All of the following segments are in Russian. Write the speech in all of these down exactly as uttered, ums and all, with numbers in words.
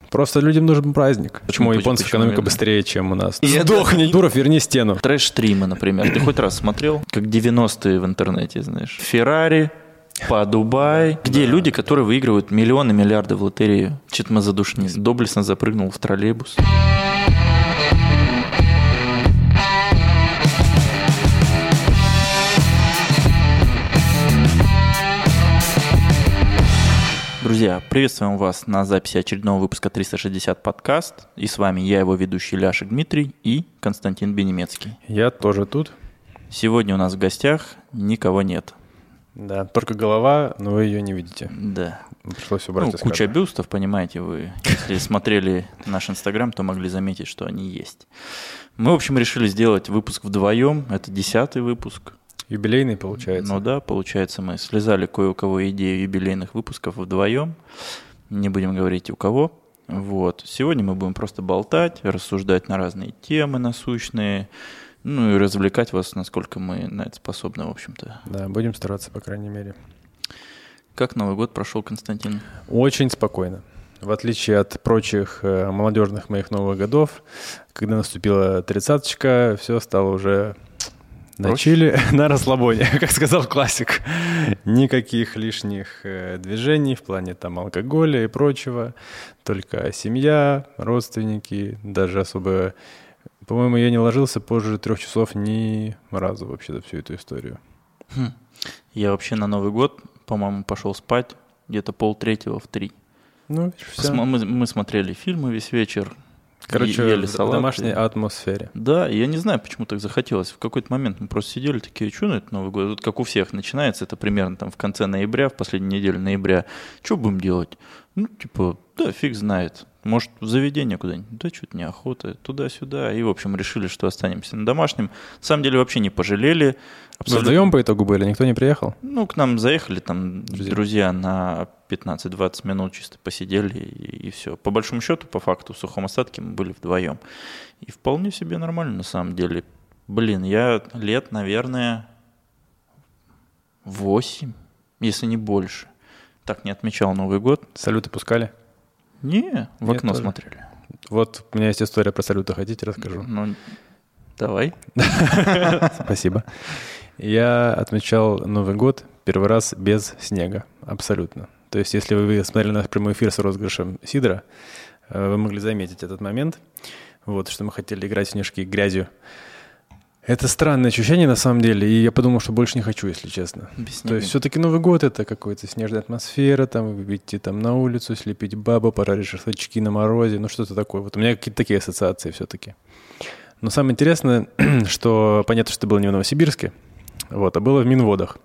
Просто людям нужен праздник. Почему у японцев экономика быстрее, чем у нас? Сдохни, Дуров, верни стену. Трэш-стримы, например. Ты хоть раз смотрел? Как девяностые в интернете, знаешь. Феррари, по Дубай. Где да. люди, которые выигрывают миллионы, миллиарды в лотерею. Что-то мы задушнились. Доблестно запрыгнул в троллейбус. Друзья, приветствуем вас на записи очередного выпуска триста шестьдесят подкаст. И с вами я, его ведущий Ляшек Дмитрий и Константин Бенемецкий. Я тоже тут. Сегодня у нас в гостях никого нет. Да, только голова, но вы ее не видите. Да. Пришлось убрать ну, из кадра. Куча бюстов, понимаете, вы, если смотрели наш Инстаграм, то могли заметить, что они есть. Мы, в общем, решили сделать выпуск вдвоем. Это десятый выпуск. Юбилейный, получается. Ну да, получается, мы слезали кое у кого идею юбилейных выпусков вдвоем. Не будем говорить у кого. Вот. Сегодня мы будем просто болтать, рассуждать на разные темы насущные, ну и развлекать вас, насколько мы на это способны, в общем-то. Да, будем стараться, по крайней мере. Как Новый год прошел, Константин? Очень спокойно. В отличие от прочих э, молодежных моих новых годов, когда наступила тридцаточка, все стало уже... На чили, на расслабоне, как сказал классик. Никаких лишних э, движений в плане там алкоголя и прочего. Только семья, родственники, даже особо... По-моему, я не ложился позже трех часов ни разу вообще за всю эту историю. Хм. Я вообще на Новый год, по-моему, пошел спать где-то полтретьего в три. Ну, все. Мы, мы смотрели фильмы весь вечер. Короче, ели в салат, домашней и... атмосфере. Да, я не знаю, почему так захотелось. В какой-то момент мы просто сидели такие, что на это Новый год? Вот как у всех начинается, это примерно там в конце ноября, в последнюю неделю ноября. Что будем делать? Ну, типа, да, фиг знает. Может, в заведение куда-нибудь? Да, что-то неохота. Туда-сюда. И, в общем, решили, что останемся на домашнем. На самом деле, вообще не пожалели. Абсолютно... Вы вдвоем по итогу были? Никто не приехал? Ну, к нам заехали там друзья, друзья на пятнадцать-двадцать минут чисто посидели и, и все. По большому счету, по факту, в сухом остатке мы были вдвоем. И вполне себе нормально, на самом деле. Блин, я лет, наверное, восемь, если не больше, так не отмечал Новый год. Салюты пускали? Не, в Нет, окно тоже. Смотрели. Вот у меня есть история про салюты. Хотите, расскажу? Ну, давай. Спасибо. Я отмечал Новый год первый раз без снега. Абсолютно. То есть, если вы смотрели наш прямой эфир с розыгрышем сидра, вы могли заметить этот момент, вот, что мы хотели играть в снежки грязью. Это странное ощущение на самом деле, и я подумал, что больше не хочу, если честно. То есть все-таки Новый год — это какая-то снежная атмосфера, там выйти там на улицу, слепить бабу, пожарить шашлычки на морозе, ну что-то такое. Вот у меня какие-то такие ассоциации все-таки. Но самое интересное, что понятно, что это было не в Новосибирске, вот, а было в Минводах.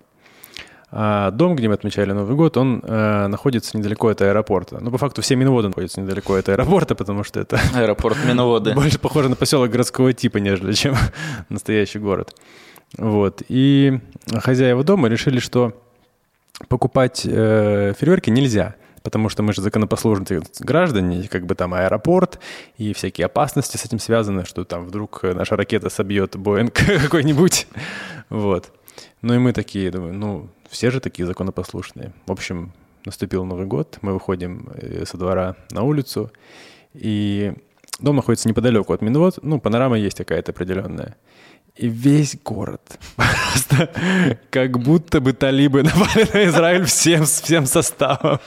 А дом, где мы отмечали Новый год, он э, находится недалеко от аэропорта. Ну, по факту, все Минводы находятся недалеко от аэропорта, потому что это... Аэропорт Минводы. Больше похоже на поселок городского типа, нежели чем настоящий город. Вот. И хозяева дома решили, что покупать э, фейерверки нельзя, потому что мы же законопослушные граждане, как бы там аэропорт и всякие опасности с этим связаны, что там вдруг наша ракета собьет Боинг какой-нибудь. Вот. Ну и мы такие, думаю, ну, все же такие законопослушные. В общем, наступил Новый год, мы выходим со двора на улицу, и дом находится неподалеку от Минвод, ну, панорама есть какая-то определенная. И весь город просто как будто бы талибы напали на Израиль всем, всем составом.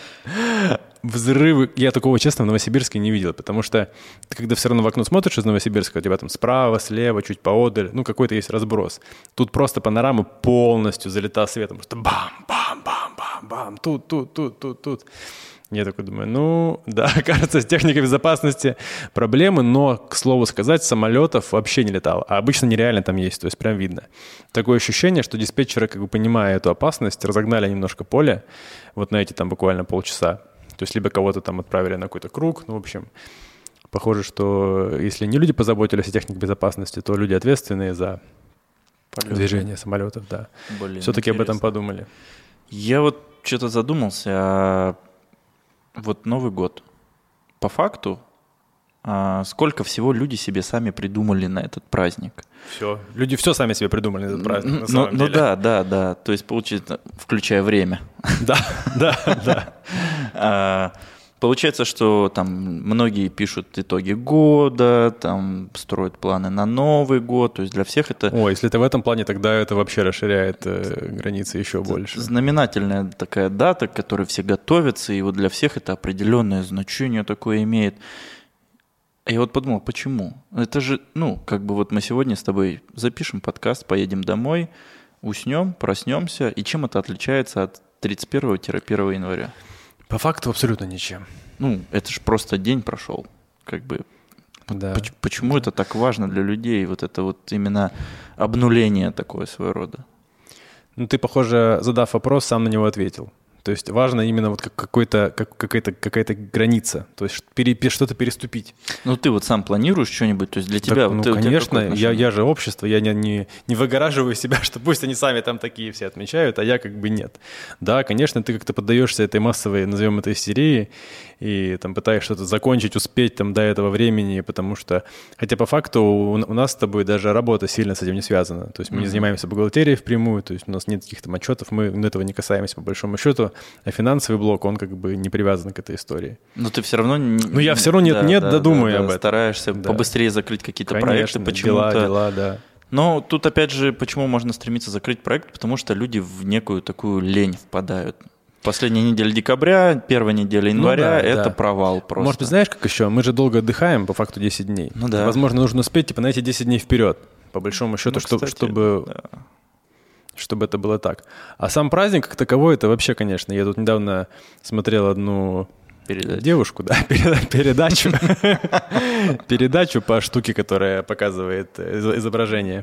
Взрывы. Я такого, честно, в Новосибирске не видел, потому что ты, когда все равно в окно смотришь из Новосибирска, у тебя там справа, слева, чуть поодаль, ну, какой-то есть разброс. Тут просто панорама полностью залита светом. Просто бам-бам-бам-бам-бам. Тут, тут, тут, тут, тут. Я такой думаю, ну, да, кажется, с техникой безопасности проблемы, но, к слову сказать, самолетов вообще не летало. А обычно нереально там есть, то есть прям видно. Такое ощущение, что диспетчеры, как бы понимая эту опасность, разогнали немножко поле, вот на эти там буквально полчаса. То есть либо кого-то там отправили на какой-то круг, ну, в общем, похоже, что если не люди позаботились о технике безопасности, то люди, ответственные за полет, движение самолетов, да, Блин, все-таки интересно. Об этом подумали. Я вот что-то задумался, а вот Новый год, по факту, а сколько всего люди себе сами придумали на этот праздник? Все. Люди все сами себе придумали на этот праздник, на ну, самом ну, деле. Ну да, да, да. То есть, получается, включая время. Да, да, да. Получается, что там многие пишут итоги года, там строят планы на Новый год, то есть для всех это... О, если это в этом плане, тогда это вообще расширяет э, границы еще больше. Знаменательная такая дата, к которой все готовятся, и вот для всех это определенное значение такое имеет. И я вот подумал, почему? Это же, ну, как бы вот мы сегодня с тобой запишем подкаст, поедем домой, уснем, проснемся, и чем это отличается от тридцать первого-первого января? По факту абсолютно ничем. Ну, это же просто день прошел. Как бы, да. Почему да. это так важно для людей? Вот это вот именно обнуление такое своего рода. Ну, ты, похоже, задав вопрос, сам на него ответил. То есть важно именно вот какой-то, как, какая-то, какая-то граница, то есть пере, что-то переступить. Ну, ты вот сам планируешь что-нибудь? То есть для тебя... Так, ну, ты, конечно, я, я же общество, я не, не, не выгораживаю себя, что пусть они сами там такие все отмечают, а я как бы нет. Да, конечно, ты как-то поддаешься этой массовой, назовем это, истерии, и там пытаешься что-то закончить, успеть там до этого времени, потому что... Хотя по факту у, у нас с тобой даже работа сильно с этим не связана. То есть мы mm-hmm. не занимаемся бухгалтерией впрямую, то есть у нас нет каких-то отчетов, мы этого не касаемся по большому счету, а финансовый блок, он как бы не привязан к этой истории. Но ты все равно... Ну я все равно нет-нет, да, да, додумаю да, да, об этом. Стараешься да. побыстрее закрыть какие-то Конечно, проекты почему-то. Дела, дела, да. Но тут опять же, почему можно стремиться закрыть проект? Потому что люди в некую такую лень впадают. Последняя неделя декабря, первая неделя января ну, да, это да. провал просто. Может быть, знаешь, как еще? Мы же долго отдыхаем, по факту десять дней. Ну да. Возможно, нужно успеть типа на эти десять дней вперед, по большому счету, ну, кстати, чтобы, да. чтобы это было так. А сам праздник как таковой, это вообще, конечно, я тут недавно смотрел одну Передачу. девушку, да, передачу, передачу по штуке, которая показывает изображение.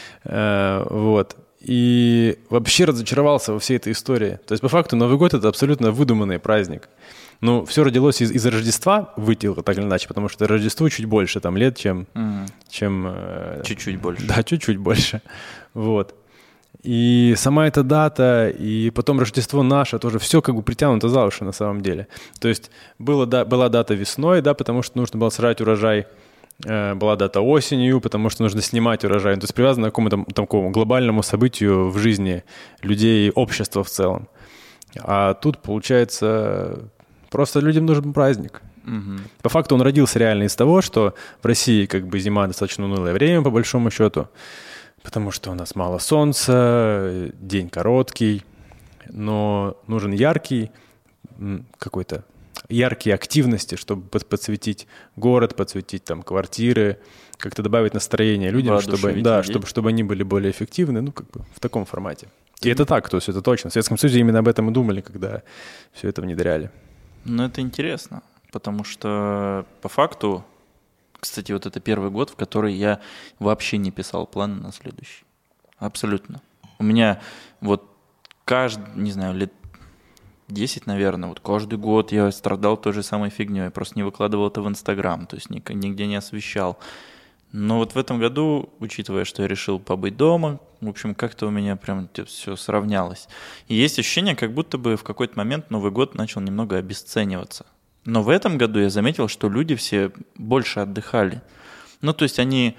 Вот. И вообще разочаровался во всей этой истории. То есть, по факту, Новый год — это абсолютно выдуманный праздник. Ну, все родилось из, из Рождества, выйти так или иначе, потому что Рождеству чуть больше там лет, чем... Mm. чем чуть-чуть больше. Да, чуть-чуть больше. Вот. И сама эта дата, и потом Рождество наше, тоже все как бы притянуто за уши на самом деле. То есть было, да, была дата весной, да, потому что нужно было срать урожай. Была дата осенью, потому что нужно снимать урожай. То есть привязано к какому-то такому глобальному событию в жизни людей и общества в целом. А тут, получается, просто людям нужен праздник. Угу. По факту он родился реально из того, что в России как бы зима достаточно унылое время, по большому счету, потому что у нас мало солнца, день короткий, но нужен яркий какой-то яркие активности, чтобы подсветить город, подсветить там квартиры, как-то добавить настроение людям, чтобы, да, чтобы, чтобы они были более эффективны, ну, как бы в таком формате. И это так, то есть это точно. В Советском Союзе именно об этом и думали, когда все это внедряли. Ну, это интересно, потому что по факту, кстати, вот это первый год, в который я вообще не писал планы на следующий. Абсолютно. У меня вот каждый, не знаю, лет десять, наверное, вот каждый год я страдал той же самой фигней, я просто не выкладывал это в Инстаграм, то есть нигде не освещал. Но вот в этом году, учитывая, что я решил побыть дома, в общем, как-то у меня прям все сравнялось. И есть ощущение, как будто бы в какой-то момент Новый год начал немного обесцениваться. Но в этом году я заметил, что люди все больше отдыхали. Ну, то есть они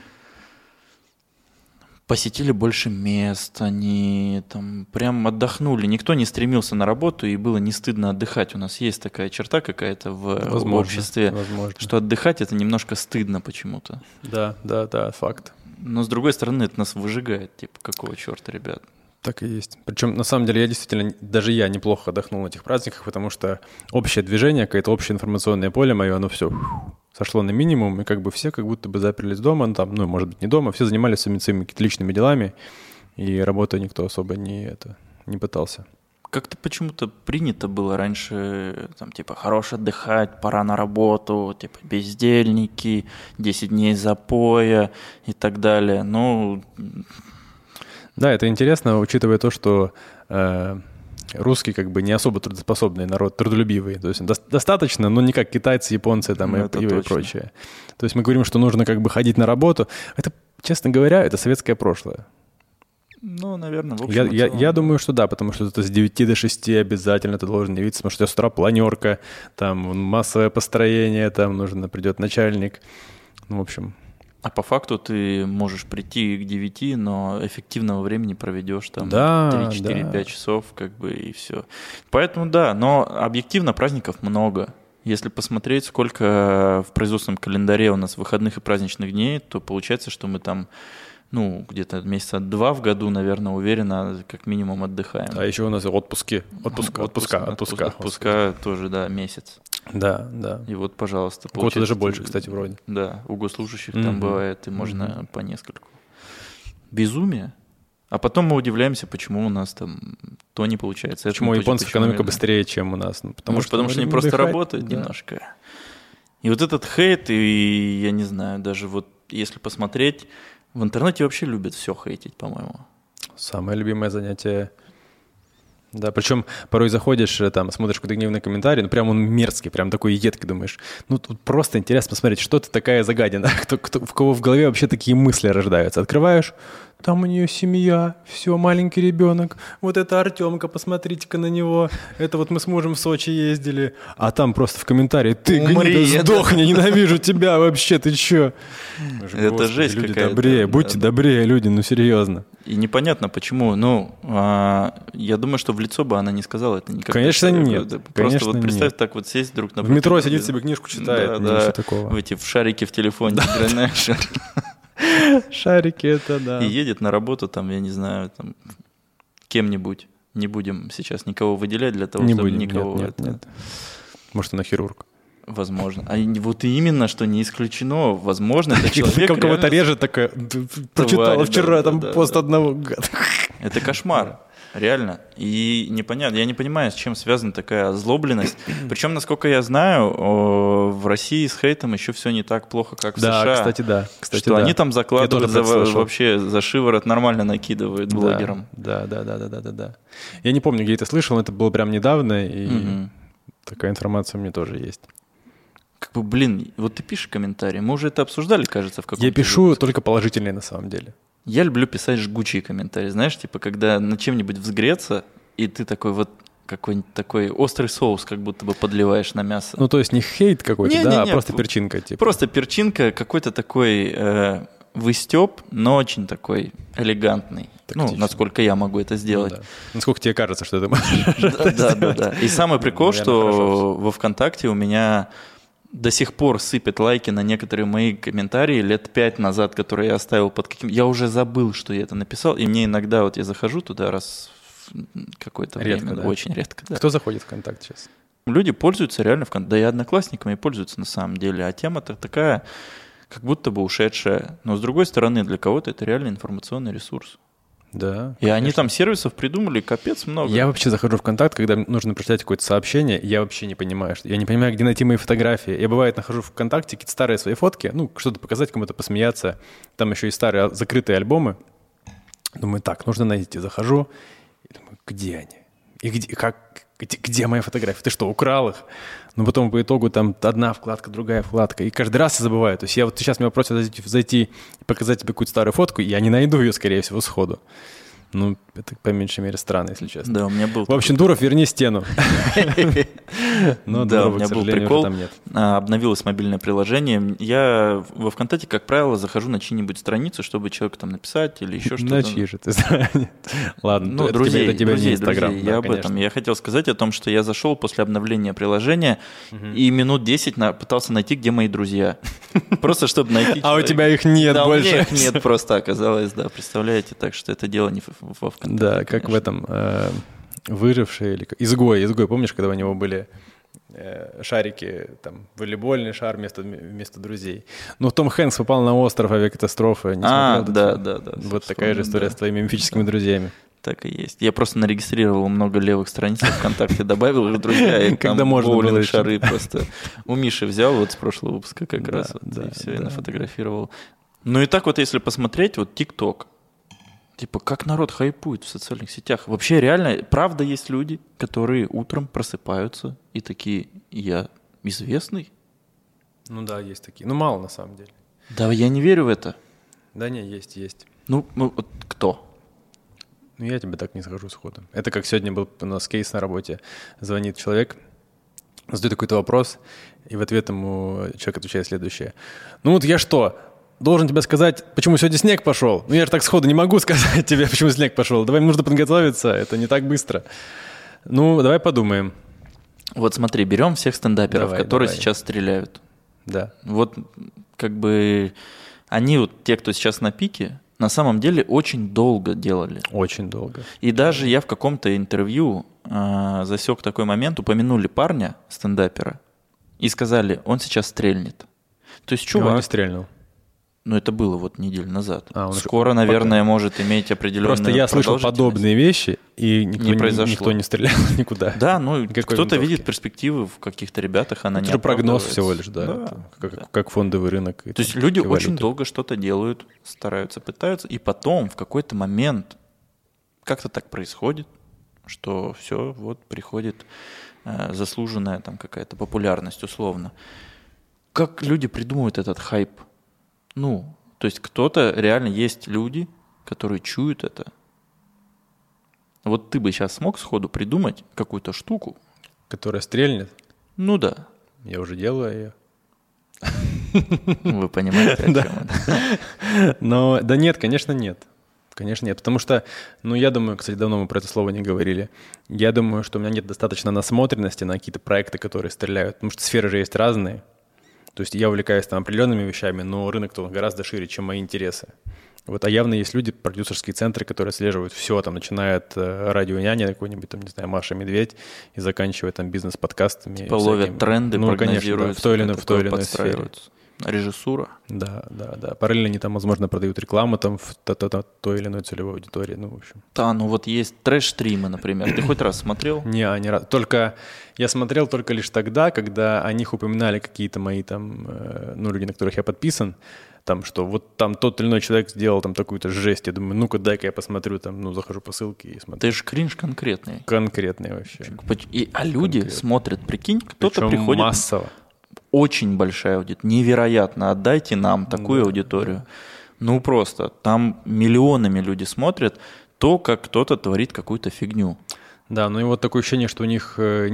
посетили больше мест, они там прям отдохнули. Никто не стремился на работу, и было не стыдно отдыхать. У нас есть такая черта какая-то в возможно, обществе, возможно. Что отдыхать – это немножко стыдно почему-то. Да, да, да, факт. Но с другой стороны, это нас выжигает. Типа, какого черта, ребят? Так и есть. Причем, на самом деле, я действительно, даже я неплохо отдохнул на этих праздниках, потому что общее движение, какое-то общее информационное поле мое, оно все сошло на минимум, и как бы все как будто бы заперлись дома, ну, там, ну, может быть, не дома, все занимались своими, своими какими-то личными делами, и работой никто особо не, это, не пытался. Как-то почему-то принято было раньше, там, типа, хорош отдыхать, пора на работу, типа, бездельники, десять дней запоя и так далее. Ну... Да, это интересно, учитывая то, что э, русский как бы не особо трудоспособный народ, трудолюбивый. То есть до- достаточно, но не как китайцы, японцы там, ну, и, и прочее. То есть мы говорим, что нужно как бы ходить на работу. Это, честно говоря, это советское прошлое. Ну, наверное, в общем я, я, я думаю, что да, потому что это с девяти до шести обязательно ты должен явиться, потому что у тебя с утра планерка, там массовое построение, там нужно, придет начальник. Ну, в общем... А по факту ты можешь прийти к девяти, но эффективного времени проведешь там да, три, четыре, да. пять часов, как бы, и все. Поэтому да, но объективно праздников много. Если посмотреть, сколько в производственном календаре у нас выходных и праздничных дней, то получается, что мы там, ну, где-то месяца два в году, наверное, уверенно, как минимум отдыхаем. А еще у нас отпуски. Отпуск, отпуска, отпуска. отпуска. Отпуска тоже, да, месяц. Да, да. И вот, пожалуйста. Год даже больше, кстати, вроде. Да, у госслужащих Mm-hmm. там бывает, и можно Mm-hmm. по нескольку. Безумие. А потом мы удивляемся, почему у нас там то не получается. Почему Это, японская почему экономика именно? быстрее, чем у нас? Ну, потому, Может, что, потому что они просто отдыхать, работают да. немножко. И вот этот хейт, и я не знаю, даже вот если посмотреть, в интернете вообще любят все хейтить, по-моему. Самое любимое занятие. Да, причем порой заходишь, там, смотришь какой-то гневный комментарий, ну, прям он мерзкий, прям такой едкий, думаешь, ну, тут просто интересно посмотреть, что ты такая загадина, кто, кто, в кого в голове вообще такие мысли рождаются. Открываешь, там у нее семья, все, маленький ребенок, вот это Артемка, посмотрите-ка на него, это вот мы с мужем в Сочи ездили, а там просто в комментарии, ты, Умри, гнида, это- сдохни, ненавижу тебя вообще, ты че? Это жесть люди какая-то, добрее, да, будьте да. добрее, люди, ну, серьезно. И непонятно почему. Ну, а, я думаю, что в лицо бы она не сказала это никак. Конечно, нет. Просто Конечно, вот представь, нет. так вот сесть друг на В метро сидит себе книжку читает, Да, ничего да. такого. В эти в шарики в телефоне играет, знаешь. Шарики это, да. И едет на работу, там, я не знаю, там, кем-нибудь. Не будем сейчас никого выделять для того, Не чтобы будем, никого... нет, нет, это- нет. Может, она хирург. Возможно. А и вот именно, что не исключено. Возможно, это человек Кого-то реально- режет, такая, прочитала да, вчера да, там да, пост да. одного гада. Это кошмар. Реально. И непонятно, я не понимаю, с чем связана такая озлобленность. Причем, насколько я знаю, о, в России с хейтом еще все не так плохо, как в Да, США. кстати, да. Кстати, что да. они там закладывают, Я тоже за, про это слышал. вообще за шиворот нормально накидывают Да, блогерам. Да, да, да, да, да, да, да. Я не помню, где это слышал, но это было прям недавно, и Мгм. такая информация у меня тоже есть. Как бы, блин, вот ты пишешь комментарии, мы уже это обсуждали, кажется, в каком-то Я пишу выпуске. только положительные на самом деле. Я люблю писать жгучие комментарии, знаешь, типа, когда на чем-нибудь взгреться, и ты такой вот какой-нибудь такой острый соус как будто бы подливаешь на мясо. Ну, то есть не хейт какой-то, Не, да, не, а не, просто п- перчинка, типа. Просто перчинка, какой-то такой э, выстеп, но очень такой элегантный. Ну, Тактичный. насколько я могу это Ну, сделать. да. Насколько тебе кажется, что это можешь? Да, да, да, да. И самый прикол, Наверное, что хорошо во ВКонтакте у меня до сих пор сыпят лайки на некоторые мои комментарии лет пять назад, которые я оставил под каким... Я уже забыл, что я это написал, и мне иногда вот я захожу туда раз в какое-то Редко, время, да? очень редко. Да. Кто заходит в контакт сейчас? Люди пользуются реально ВКонтакте, да и одноклассниками пользуются на самом деле, а тема-то такая, как будто бы ушедшая. Но с другой стороны, для кого-то это реально информационный ресурс. Да. И они там сервисов придумали капец много. Я вообще захожу в контакт, когда нужно прочитать какое-то сообщение, я вообще не понимаю, что я не понимаю, где найти мои фотографии. Я, бывает, нахожу в ВКонтакте какие-то старые свои фотки, ну, что-то показать, кому-то посмеяться. Там еще и старые закрытые альбомы. Думаю, так, нужно найти. Захожу, и думаю, где они? И где, как, где, где мои фотографии? Ты что, украл их? Ну, потом по итогу там одна вкладка, другая вкладка. И каждый раз я забываю. То есть я вот сейчас меня просят зайти, зайти и показать тебе какую-то старую фотку, и я не найду ее, скорее всего, сходу. Ну, это по меньшей мере странно, если честно. Да, у меня был... В общем, Дуров, верни стену. Но Да, у Дурова, меня к был сожалению, прикол. уже там нет. А, Обновилось мобильное приложение. Я во ВКонтакте, как правило, захожу на чьи-нибудь страницы, чтобы человеку там написать или еще что-то. На чьи же ты знаешь? Ладно, Ну, это друзей, тебе, это тебе друзей, не Инстаграм. друзей. да, Я об конечно. этом. Я хотел сказать о том, что я зашел после обновления приложения и минут десять на- пытался найти, где мои друзья. Просто чтобы найти. А у человека. тебя их нет Да, у меня больше. их нет, просто оказалось, да. Представляете, так что это дело не в- в- во ВКонтакте. Да, как в конечно. этом э, «Выживший» или как- «Изгой». «Изгой», помнишь, когда у него были э, шарики, там, волейбольный шар вместо, вместо друзей? Ну, Том Хэнкс попал на остров авиакатастрофы. Не А, смотрел этот да, фильм? да, да. Вот такая же история да. с твоими мифическими друзьями. Так и есть. Я просто нарегистрировал много левых страниц ВКонтакте, добавил их в друзья, и Когда там можно было боулинг еще. шары просто у Миши взял вот с прошлого выпуска как Да, раз, вот, да, и все, и да, нафотографировал. Ну и так вот, если посмотреть, вот ТикТок, типа, как народ хайпует в социальных сетях. Вообще реально, правда, есть люди, которые утром просыпаются и такие, я известный? Ну да, есть такие. Ну, мало на самом деле. Да, я не верю в это. Да не, есть, есть. Ну, ну, вот кто? Ну, я тебе так не скажу сходу. Это как сегодня был у нас кейс на работе. Звонит человек, задает какой-то вопрос, и в ответ ему человек отвечает следующее. Ну вот я что, должен тебе сказать, почему сегодня снег пошел? Ну я же так сходу не могу сказать тебе, почему снег пошел. Давай, нужно подготовиться, это не так быстро. Ну, давай подумаем. Вот смотри, берем всех стендаперов, Давай, которые давай. сейчас стреляют. Да. Вот как бы они, вот те, кто сейчас на пике, на самом деле очень долго делали. Очень долго. И даже я в каком-то интервью э, засек такой момент, упомянули парня, стендапера, и сказали, он сейчас стрельнет. То есть Ну, он чувак, не стрельнул. ну это было вот неделю назад. А, он Скоро, еще- наверное, пока. может иметь определенную Просто я слышал продолжительность. подобные вещи, и никто Не не, произошло. никто не стрелял никуда. Да, ну Никакой кто-то винтовки. видит перспективы в каких-то ребятах, она Это не же прогноз оправдывается. всего лишь, да. Да, Это как, да. как фондовый рынок. и То есть там люди и очень валюта. долго что-то делают, стараются, пытаются, и потом в какой-то момент как-то так происходит, что все, вот приходит э, заслуженная там какая-то популярность условно. Как люди придумывают этот хайп? Ну, то есть кто-то, реально есть люди, которые чуют это. Вот ты бы сейчас смог сходу придумать какую-то штуку? Которая стрельнет, Ну да, я уже делаю ее. вы понимаете, о чем это. Но да нет, конечно, нет. Конечно, нет. Потому что, ну, я думаю, кстати, давно мы про это слово не говорили. Я думаю, что у меня нет достаточно насмотренности на какие-то проекты, которые стреляют. Потому что сферы же есть разные. То есть я увлекаюсь там определенными вещами, но рынок-то гораздо шире, чем мои интересы. Вот, а явно есть люди, продюсерские центры, которые отслеживают все, там, начиная от э, радио-няни какой-нибудь, там, не знаю, Маша Медведь, и заканчивая там бизнес-подкастами. Типа ловят тренды, ну, конечно, да, прогнозируют, в той или иной, как в той или такое иной сфере. подстраиваются. Режиссура. Да, да, да. Параллельно они там, возможно, продают рекламу там в то- то- то- той или иной целевой аудитории, ну, в общем. Да, ну вот есть трэш-стримы, например. Ты хоть раз смотрел? Не, не раз. Только я смотрел только лишь тогда, когда о них упоминали какие-то мои там, э, ну, люди, на которых я подписан, там, что вот там тот или иной человек сделал там такую-то жесть. Я думаю, ну-ка, дай-ка я посмотрю, там, ну, захожу по ссылке и смотрю. Ты же кринж конкретный. Конкретный вообще. И, а люди Конкретно. смотрят, прикинь, кто-то Причем приходит, массово. очень большая аудитория, невероятно, отдайте нам такую Да, аудиторию. Ну просто, там миллионами люди смотрят то, как кто-то творит какую-то фигню. Да, ну и вот такое ощущение, что у них э,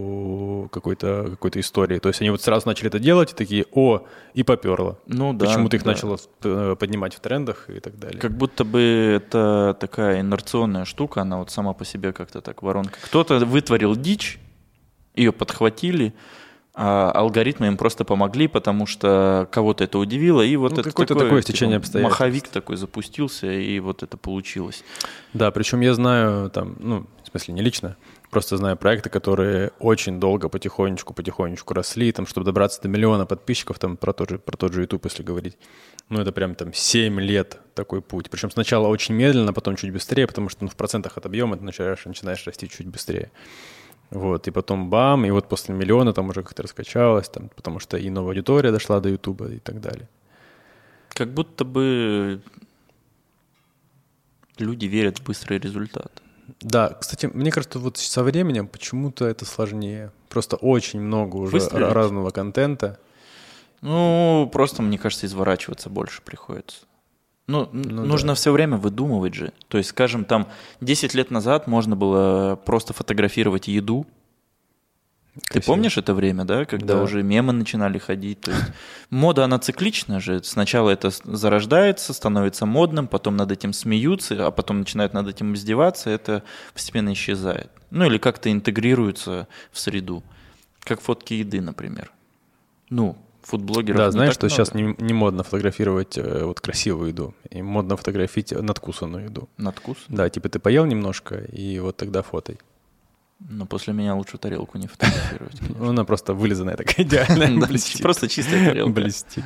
нету какой-то, какой-то истории. То есть они вот сразу начали это делать и такие, о, и поперло. Ну да. Почему-то их да. начало э, поднимать в трендах и так далее. Как будто бы это такая инерционная штука, она вот сама по себе как-то так воронка. Кто-то вытворил дичь, ее подхватили, а алгоритмы им просто помогли, потому что кого-то это удивило, и вот Ну, это какое-то такое, такое типа, стечение обстоятельств. маховик такой запустился, и вот это получилось. Да, причем я знаю там, ну, в смысле не лично, просто знаю проекты, которые очень долго потихонечку, потихонечку росли, там, чтобы добраться до миллиона подписчиков, там, про тот же, про тот же YouTube, если говорить. Ну, это прям там семь лет такой путь. Причем сначала очень медленно, потом чуть быстрее, потому что ну, в процентах от объема ты начинаешь, начинаешь расти чуть быстрее. Вот, и потом бам, и вот после миллиона там уже как-то раскачалось, там, потому что и новая аудитория дошла до Ютуба и так далее. Как будто бы люди верят в быстрый результат. Да, кстати, мне кажется, вот со временем почему-то это сложнее. Просто очень много уже Выстрелить. разного контента. Ну, просто, мне кажется, изворачиваться больше приходится. Ну, Ну нужно да. все время выдумывать же. То есть, скажем, там десять лет назад можно было просто фотографировать еду. Ты Красиво. помнишь это время, да, когда Да. уже мемы начинали ходить? То есть мода, она циклична же. Сначала это с- зарождается, становится модным, потом над этим смеются, а потом начинают над этим издеваться, это постепенно исчезает. Ну или как-то интегрируется в среду. Как фотки еды, например. Ну, фудблогеров Да, не знаешь, так что много. сейчас не, не модно фотографировать э, вот красивую еду, и модно фотографировать надкусанную еду. Надкус? Да, типа ты поел немножко, и вот тогда фотай. Но после меня лучше тарелку не фотографировать. конечно. Ну, она просто вылизанная такая идеальная, Да, блестит. просто чистая тарелка. Блестит.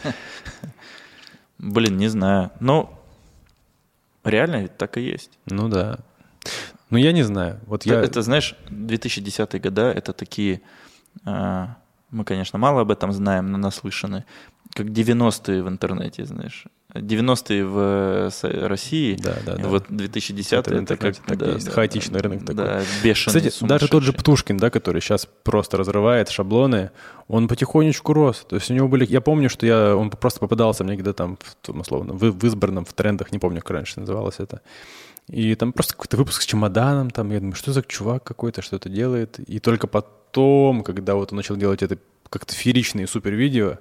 Блин, не знаю. Ну, реально ведь так и есть. Ну да. Ну, я не знаю. Вот я... Это, знаешь, две тысячи десятые года, это такие... а, мы, конечно, мало об этом знаем, но наслышаны. Как девяностые в интернете, знаешь. девяностые в с- России. Да, да, и да. вот две тысячи десятые это как... так да, есть. да, Хаотичный да, рынок такой. Да, бешеный, Кстати, даже тот же сумасшедший. Птушкин, да, который сейчас просто разрывает шаблоны, он потихонечку рос. То есть у него были... Я помню, что я... он просто попадался мне где-то там, в, том, условно, в, в избранном, в трендах, не помню, как раньше называлось это. И там просто какой-то выпуск с чемоданом, там, я думаю, что за чувак какой-то, что это делает. И только потом, когда вот он начал делать это как-то фееричные супер-видео,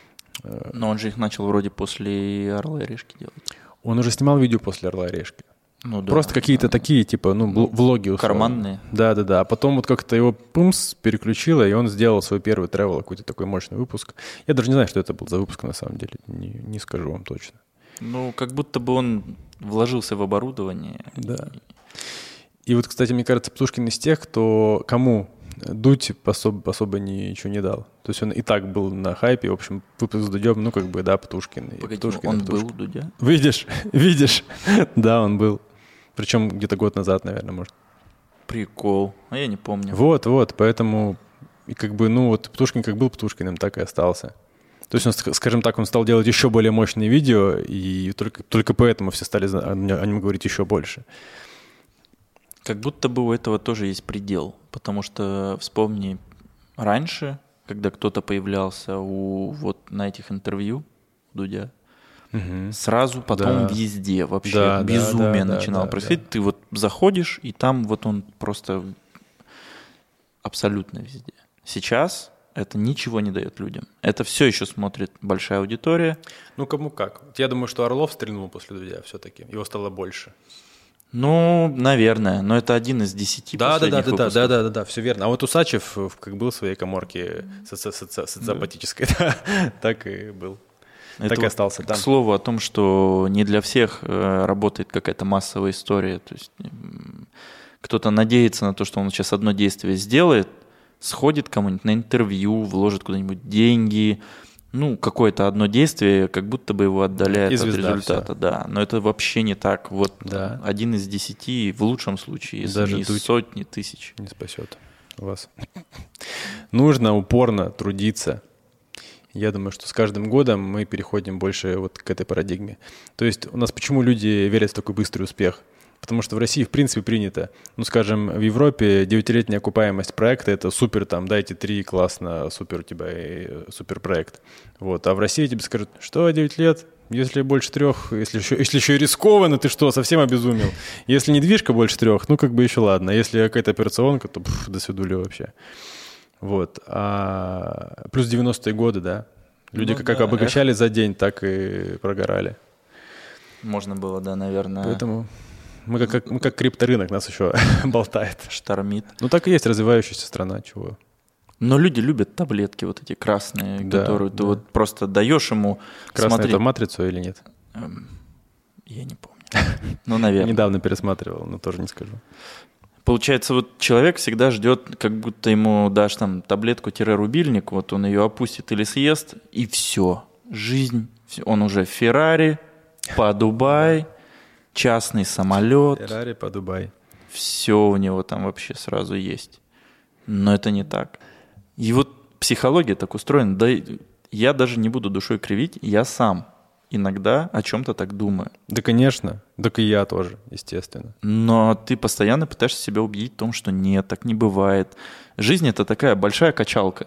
Но он же их начал вроде после «Орла и решки» делать. он уже снимал видео после «Орла и решки». Ну, да, Просто какие-то да. такие, типа, ну, бл- влоги условно. Карманные. Да-да-да. А потом вот как-то его пумс переключило, и он сделал свой первый travel, какой-то такой мощный выпуск. Я даже не знаю, что это был за выпуск на самом деле. Не, не скажу вам точно. Ну, как будто бы он вложился в оборудование. Да. И вот, кстати, мне кажется, Птушкин из тех, кто кому Дудь особо, особо ничего не дал. То есть он и так был на хайпе. В общем, выпуск с Дудем, ну, как бы, да, Птушкин. Погоди, Птушкин, он Птушкин. был у Дудя? Видишь? Видишь? Да, он был. Причем где-то год назад, наверное, может. Прикол. А я не помню. Вот, вот. Поэтому, и как бы, ну, вот Птушкин как был Птушкиным, так и остался. То есть, он, скажем так, он стал делать еще более мощные видео, и только, только поэтому все стали о нем говорить еще больше. Как будто бы у этого тоже есть предел. Потому что вспомни раньше, когда кто-то появлялся у, вот на этих интервью у Дудя, Угу. сразу потом Да. везде вообще Да, безумие да, да, начинало да, происходить. да. Ты вот заходишь, и там вот он просто абсолютно везде. Сейчас это ничего не дает людям. Это все еще смотрит большая аудитория. Ну, кому как. Я думаю, что Орлов стрельнул после Дудя все-таки. Его стало больше. Ну, наверное, но это один из десяти Да, да, да, последних да, да, выпусков. да, да, да, да, все верно. А вот Усачев как был в своей коморке соци- соци- социопатической, да, так и был. Это Так и вот, остался к там. слову о том, что не для всех э, работает какая-то массовая история. То есть м, кто-то надеется на то, что он сейчас одно действие сделает, сходит кому-нибудь на интервью, вложит куда-нибудь деньги. Ну, какое-то одно действие, как будто бы его отдаляет И от звезда, результата. всё. Да, но это вообще не так. Вот Да. один из десяти, в лучшем случае, если Даже не из Дудь. сотни тысяч. Не спасет вас. Нужно упорно трудиться. Я думаю, что с каждым годом мы переходим больше вот к этой парадигме. То есть у нас почему люди верят в такой быстрый успех? Потому что в России, в принципе, принято. Ну, скажем, в Европе девятилетняя окупаемость проекта – это супер, там, дайте три, классно, супер у тебя э, супер проект. Вот. А в России тебе скажут, что девять лет? Если больше трех, если еще, если еще и рискованно, ты что, совсем обезумел? Если недвижка больше трех, ну, как бы еще ладно. Если какая-то операционка, то пф, до свидули вообще. Вот. А плюс девяностые годы, да. Люди Ну как, как да, обогащались за день, так и прогорали. Можно было, да, наверное, Поэтому мы как, как, мы как крипторынок, нас еще болтает. штормит. Ну, так и есть развивающаяся страна, чего. Но люди любят таблетки вот эти красные, Да, которые ты да. вот просто даешь ему. Красная Смотри, это в матрицу или нет? эм, я не помню. Ну, наверное. Недавно пересматривал, но тоже не скажу. Получается, вот человек всегда ждет, как будто ему дашь там таблетку-рубильник, вот он ее опустит или съест, и все. Жизнь, всё. Он уже в Феррари, по Дубай, частный самолет, Феррари по Дубай. все у него там вообще сразу есть. Но это не так. И вот психология так устроена. Да и я даже не буду душой кривить, я сам иногда о чем-то так думаю. Да, конечно. Так и я тоже, естественно. Но ты постоянно пытаешься себя убедить в том, что нет, так не бывает. Жизнь — это такая большая качалка.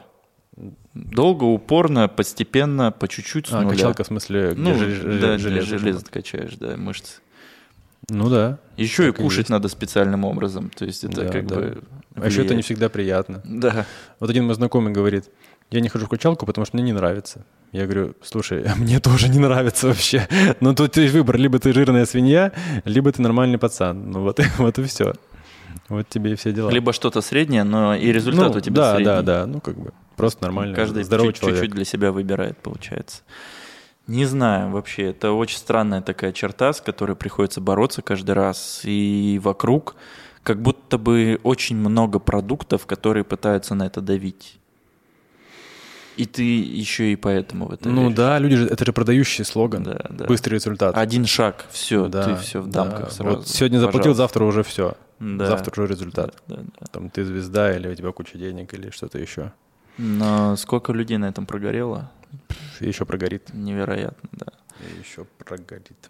Долго, упорно, постепенно, по чуть-чуть с А, нуля. качалка в смысле, где Ну, жел- да, железо. железо, железо качаешь, да, мышцы. Ну да. Еще и Так и кушать есть. надо специальным образом. То есть это Да, как да. бы... А еще это не влияет. всегда приятно. Да. Вот один мой знакомый говорит, я не хожу в качалку, потому что мне не нравится. Я говорю, слушай, мне тоже не нравится вообще. Но тут есть выбор, либо ты жирная свинья, либо ты нормальный пацан. Ну вот и, вот и все. Вот тебе и все дела. Либо что-то среднее, но и результат Ну, у тебя да, средний. да, да, ну как бы просто нормальный, Каждый здоровый чуть- человек. чуть-чуть для себя выбирает, получается. Не знаю вообще, это очень странная такая черта, с которой приходится бороться каждый раз. И вокруг как будто бы очень много продуктов, которые пытаются на это давить. И ты еще и поэтому в это Ну веришь. да, люди же, это же продающий слоган. Да, да. Быстрый результат. Один шаг, все, Да, ты все в да. дамках сразу. Вот сегодня заплатил, Пожалуйста. завтра уже все. Да. Завтра уже результат. Да, да, да. Там ты звезда или у тебя куча денег или что-то еще. Но сколько людей на этом прогорело? И еще прогорит. Невероятно, да. И еще прогорит.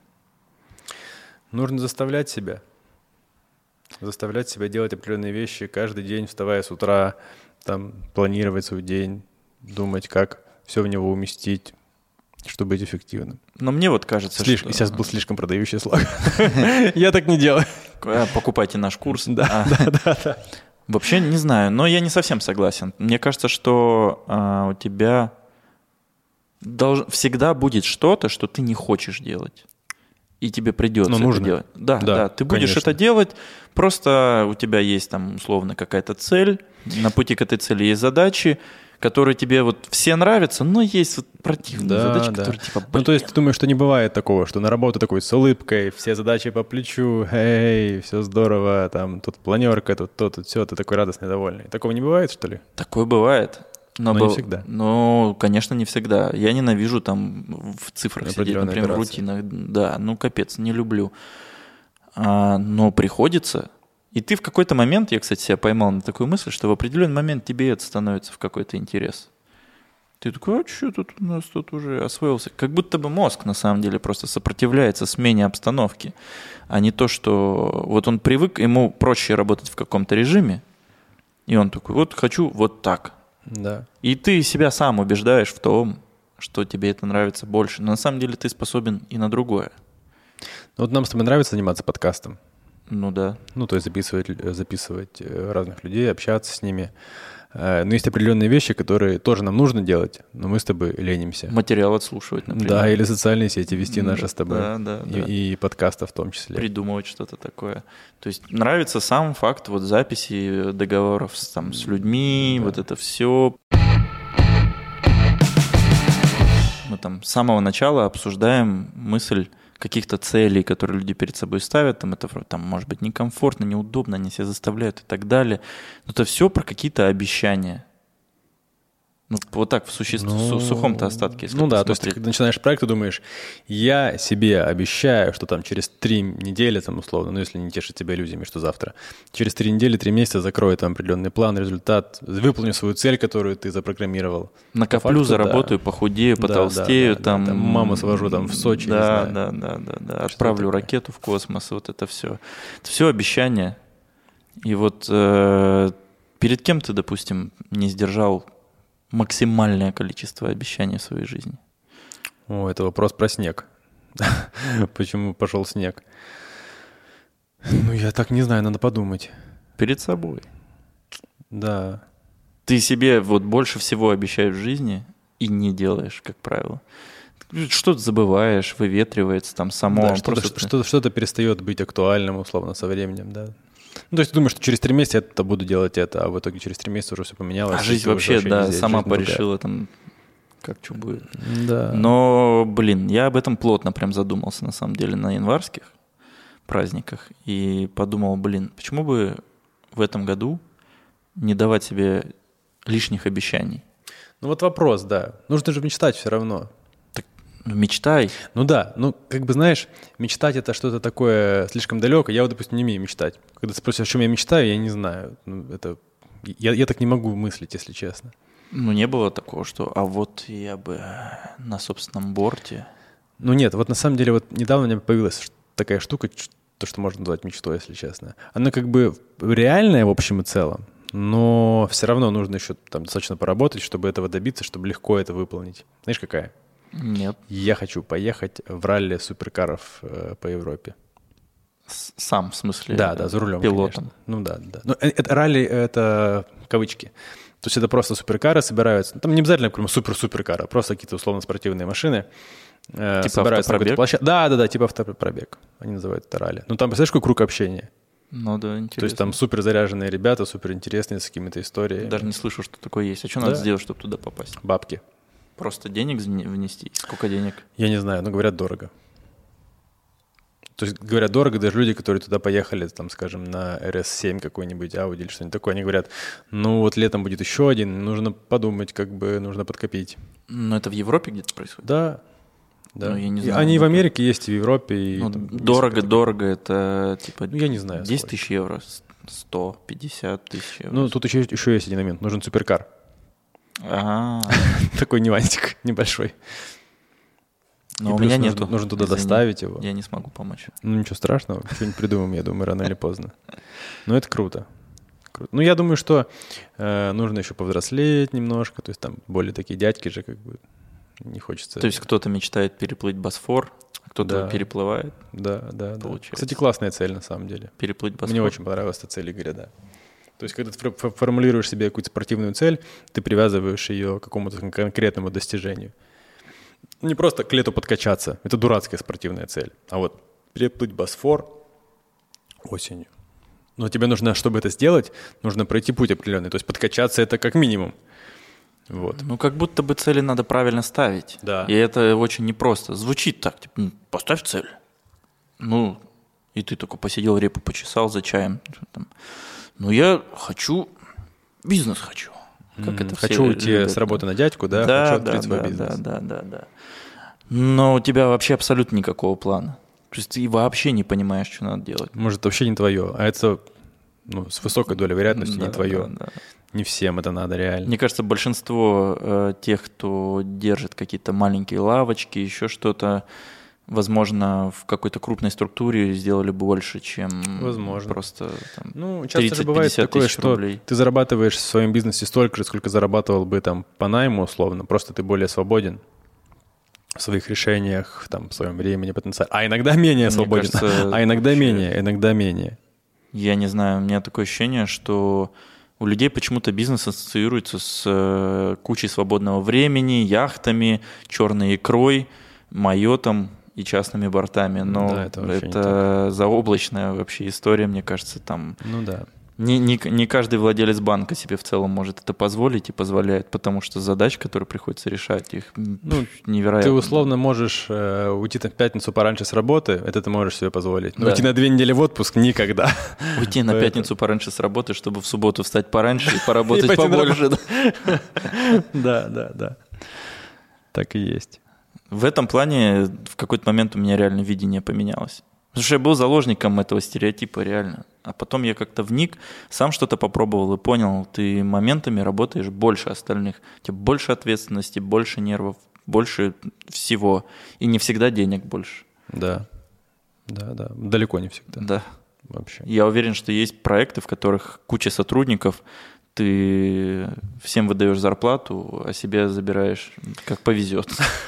Нужно заставлять себя. Заставлять себя делать определенные вещи каждый день, вставая с утра, там, планировать свой день, думать, как все в него уместить, чтобы быть эффективным. Но мне вот кажется, Слишком, что... Сейчас был слишком продающий слог. Я так не делаю. А, покупайте наш курс. Да, А. да, да, да. Вообще не знаю, но я не совсем согласен. Мне кажется, что а, у тебя долж... всегда будет что-то, что ты не хочешь делать. и тебе придется Но это нужно. делать. Да, Да, да, ты будешь конечно. это делать, просто у тебя есть там условно какая-то цель, на пути к этой цели есть задачи, которые тебе вот все нравятся, но есть вот противные Да, задачи, да. которые типа, блин. Ну, то есть ты думаешь, что не бывает такого, что на работу такой с улыбкой, все задачи по плечу, эй, все здорово, там тут планерка, тут то, тут все, ты такой радостный, довольный. Такого не бывает, что ли? Такое бывает. Но был- не всегда. Ну, конечно, не всегда. Я ненавижу там в цифрах сидеть, Определенные например, в операции. рутинах. Да, ну капец, не люблю. А, но приходится. И ты в какой-то момент, я, кстати, себя поймал на такую мысль, что в определенный момент тебе это становится в какой-то интерес. Ты такой, а что тут у нас тут уже освоился? Как будто бы мозг, на самом деле, просто сопротивляется смене обстановки, а не то, что... Вот он привык, ему проще работать в каком-то режиме, и он такой, вот хочу вот так. Да. И ты себя сам убеждаешь в том, что тебе это нравится больше. Но на самом деле ты способен и на другое. Ну, вот нам с тобой нравится заниматься подкастом. Ну да. Ну, то есть записывать, записывать э, разных людей, общаться с ними. Э, Но есть определенные вещи, которые тоже нам нужно делать, но мы с тобой ленимся. Материал отслушивать, например. Да, или социальные сети вести М, наши с тобой. да, да, и, да. и подкаста в том числе. Придумывать что-то такое. То есть нравится сам факт вот записи договоров с, там, с людьми, Да. вот это все. Мы там с самого начала обсуждаем мысль каких-то целей, которые люди перед собой ставят, там это там, может быть некомфортно, неудобно, они себя заставляют и так далее. Но это все про какие-то обещания. Ну, вот так в существе, Ну, в сухом-то остатке. Если Ну да, то есть ты посмотреть. когда начинаешь проект, ты думаешь, я себе обещаю, что там через три недели, там условно, ну если не тешить себя иллюзиями, что завтра, через три недели, три месяца закрою там определенный план, результат, выполню свою цель, которую ты запрограммировал. Накоплю, По факту, заработаю, да. похудею, Да, да, потолстею, да, да, там, там маму свожу там в Сочи, не да, знаю. да, да, да, да, отправлю такое. ракету в космос, вот это все. Это все обещания. И вот э, перед кем ты, допустим, не сдержал максимальное количество обещаний в своей жизни? О, это вопрос про снег. Почему пошел снег? Ну, я так не знаю, надо подумать. Перед собой. Да. Ты себе вот больше всего обещаешь в жизни и не делаешь, как правило. Что-то забываешь, выветривается там само. Да, что-то, просто ты- что-то, что-то перестает быть актуальным, условно, со временем, да. Ну, то есть ты думаешь, что через три месяца я это буду делать это, а в итоге через три месяца уже все поменялось. А и жизнь ты уже вообще, да, не здесь, сама жизнь другая. порешила там, как что будет. Да. Но, блин, я об этом плотно прям задумался, на самом деле, на январских праздниках. И подумал, блин, почему бы в этом году не давать себе лишних обещаний? Ну, вот вопрос, да. Нужно же мечтать все равно. Ну, мечтай. Ну да, ну как бы знаешь, мечтать это что-то такое слишком далекое. Я вот, допустим, не умею мечтать. Когда спросишь, о чем я мечтаю, я не знаю. Ну, это... я, я так не могу мыслить, если честно. Ну, не было такого, что а вот я бы на собственном борте. Ну нет, вот на самом деле вот недавно у меня появилась такая штука, ч- то, что можно назвать мечтой, если честно. Она как бы реальная в общем и целом, но все равно нужно еще там достаточно поработать, чтобы этого добиться, чтобы легко это выполнить. Знаешь, какая? Нет. Я хочу поехать в ралли суперкаров э, по Европе. С- Сам, в смысле, Да, да, за рулем, пилотом. конечно. Ну да, да. Но э- это ралли — это кавычки. То есть это просто суперкары собираются. Там не обязательно прям супер-суперкары, а просто какие-то условно спортивные машины. э, Типа собираются на какой-то автопробег? площадке. Да, да, да, типа автопробег. Они называют это ралли. Ну там, представляешь, какой круг общения? Ну да, интересно. То есть там супер заряженные ребята, супер интересные, с какими-то историями. Даже не слышу, что такое есть. А что Да. надо сделать, чтобы туда попасть? Бабки. Просто денег вне- внести? Сколько денег? Я не знаю, но говорят дорого. То есть говорят дорого, даже люди, которые туда поехали, там, скажем, на эр эс семь какой-нибудь, Audi или что-нибудь такое, они говорят, ну вот летом будет еще один, нужно подумать, как бы нужно подкопить. Ну, это в Европе где-то происходит? Да, да. Ну, я не И знаю, они и в ну, Америке есть, и в Европе. И Ну, там дорого, несколько- дорого, это типа Ну, я не знаю, десять сколько. тысяч евро, с- сто пятьдесят тысяч евро. Ну, тут еще, еще есть один момент, нужен суперкар. А, Такой нюансик небольшой. но И у плюс меня нужно- нету. нужно туда Извини, доставить его. Я не смогу помочь. Ну, ничего страшного, что-нибудь придумаем, я думаю, рано или поздно. Но это круто. Круто. Ну, я думаю, что э, нужно еще повзрослеть немножко, то есть там более такие дядьки же, как бы, не хочется... То есть кто-то мечтает переплыть Босфор, а кто-то Да. переплывает. Да, да, да. Получается. Кстати, классная цель на самом деле. Переплыть Босфор. Мне очень понравилась эта цель, Игоря, да. То есть, когда ты фор- фор- формулируешь себе какую-то спортивную цель, ты привязываешь ее к какому-то кон- конкретному достижению. Не просто к лету подкачаться, это дурацкая спортивная цель, а вот переплыть Босфор осенью. Но тебе нужно, чтобы это сделать, нужно пройти путь определенный. То есть подкачаться это как минимум. Вот. Ну, как будто бы цели надо правильно ставить. Да. И это очень непросто. Звучит так, типа, ну, поставь цель. Ну, и ты только посидел, репу почесал за чаем. Там. Ну, я хочу, бизнес хочу. Как Mm-hmm. это хочу уйти любят, с работы на дядьку, да? Да, хочу открыть да, свой да, бизнес. Да, да, да, да. Но у тебя вообще абсолютно никакого плана. То есть ты вообще не понимаешь, что надо делать. Может, это вообще не твое, а это ну, с высокой долей вероятности да, не твое. Да, да. Не всем это надо реально. Мне кажется, большинство э, тех, кто держит какие-то маленькие лавочки, еще что-то, возможно, в какой-то крупной структуре сделали больше, чем возможно. Просто там, ну, часто же бывает такое, что рублей. Ты зарабатываешь в своем бизнесе столько же, сколько зарабатывал бы там по найму условно, просто ты более свободен в своих решениях, там, в своем времени, потенциале. А иногда менее Мне свободен, кажется, а иногда вообще... менее, иногда менее. Я не знаю, у меня такое ощущение, что у людей почему-то бизнес ассоциируется с э, кучей свободного времени, яхтами, черной икрой, майотом и частными бортами. Но да, это, это заоблачная вообще история, мне кажется, там... Ну да. Не, не, не каждый владелец банка себе в целом может это позволить и позволяет, потому что задач, которые приходится решать, их ну, невероятно. Ты условно можешь э, уйти в пятницу пораньше с работы, это ты можешь себе позволить. Но да. уйти на две недели в отпуск никогда. Уйти на пятницу пораньше с работы, чтобы в субботу встать пораньше и поработать побольше. Да, да, да. Так и есть. В этом плане в какой-то момент у меня реально видение поменялось. Потому что я был заложником этого стереотипа реально. А потом я как-то вник, сам что-то попробовал и понял, ты моментами работаешь больше остальных. У тебя больше ответственности, больше нервов, больше всего. И не всегда денег больше. Да, да, да. Далеко не всегда. Да. Вообще. Я уверен, что есть проекты, в которых куча сотрудников, ты всем выдаешь зарплату, а себе забираешь, как повезет.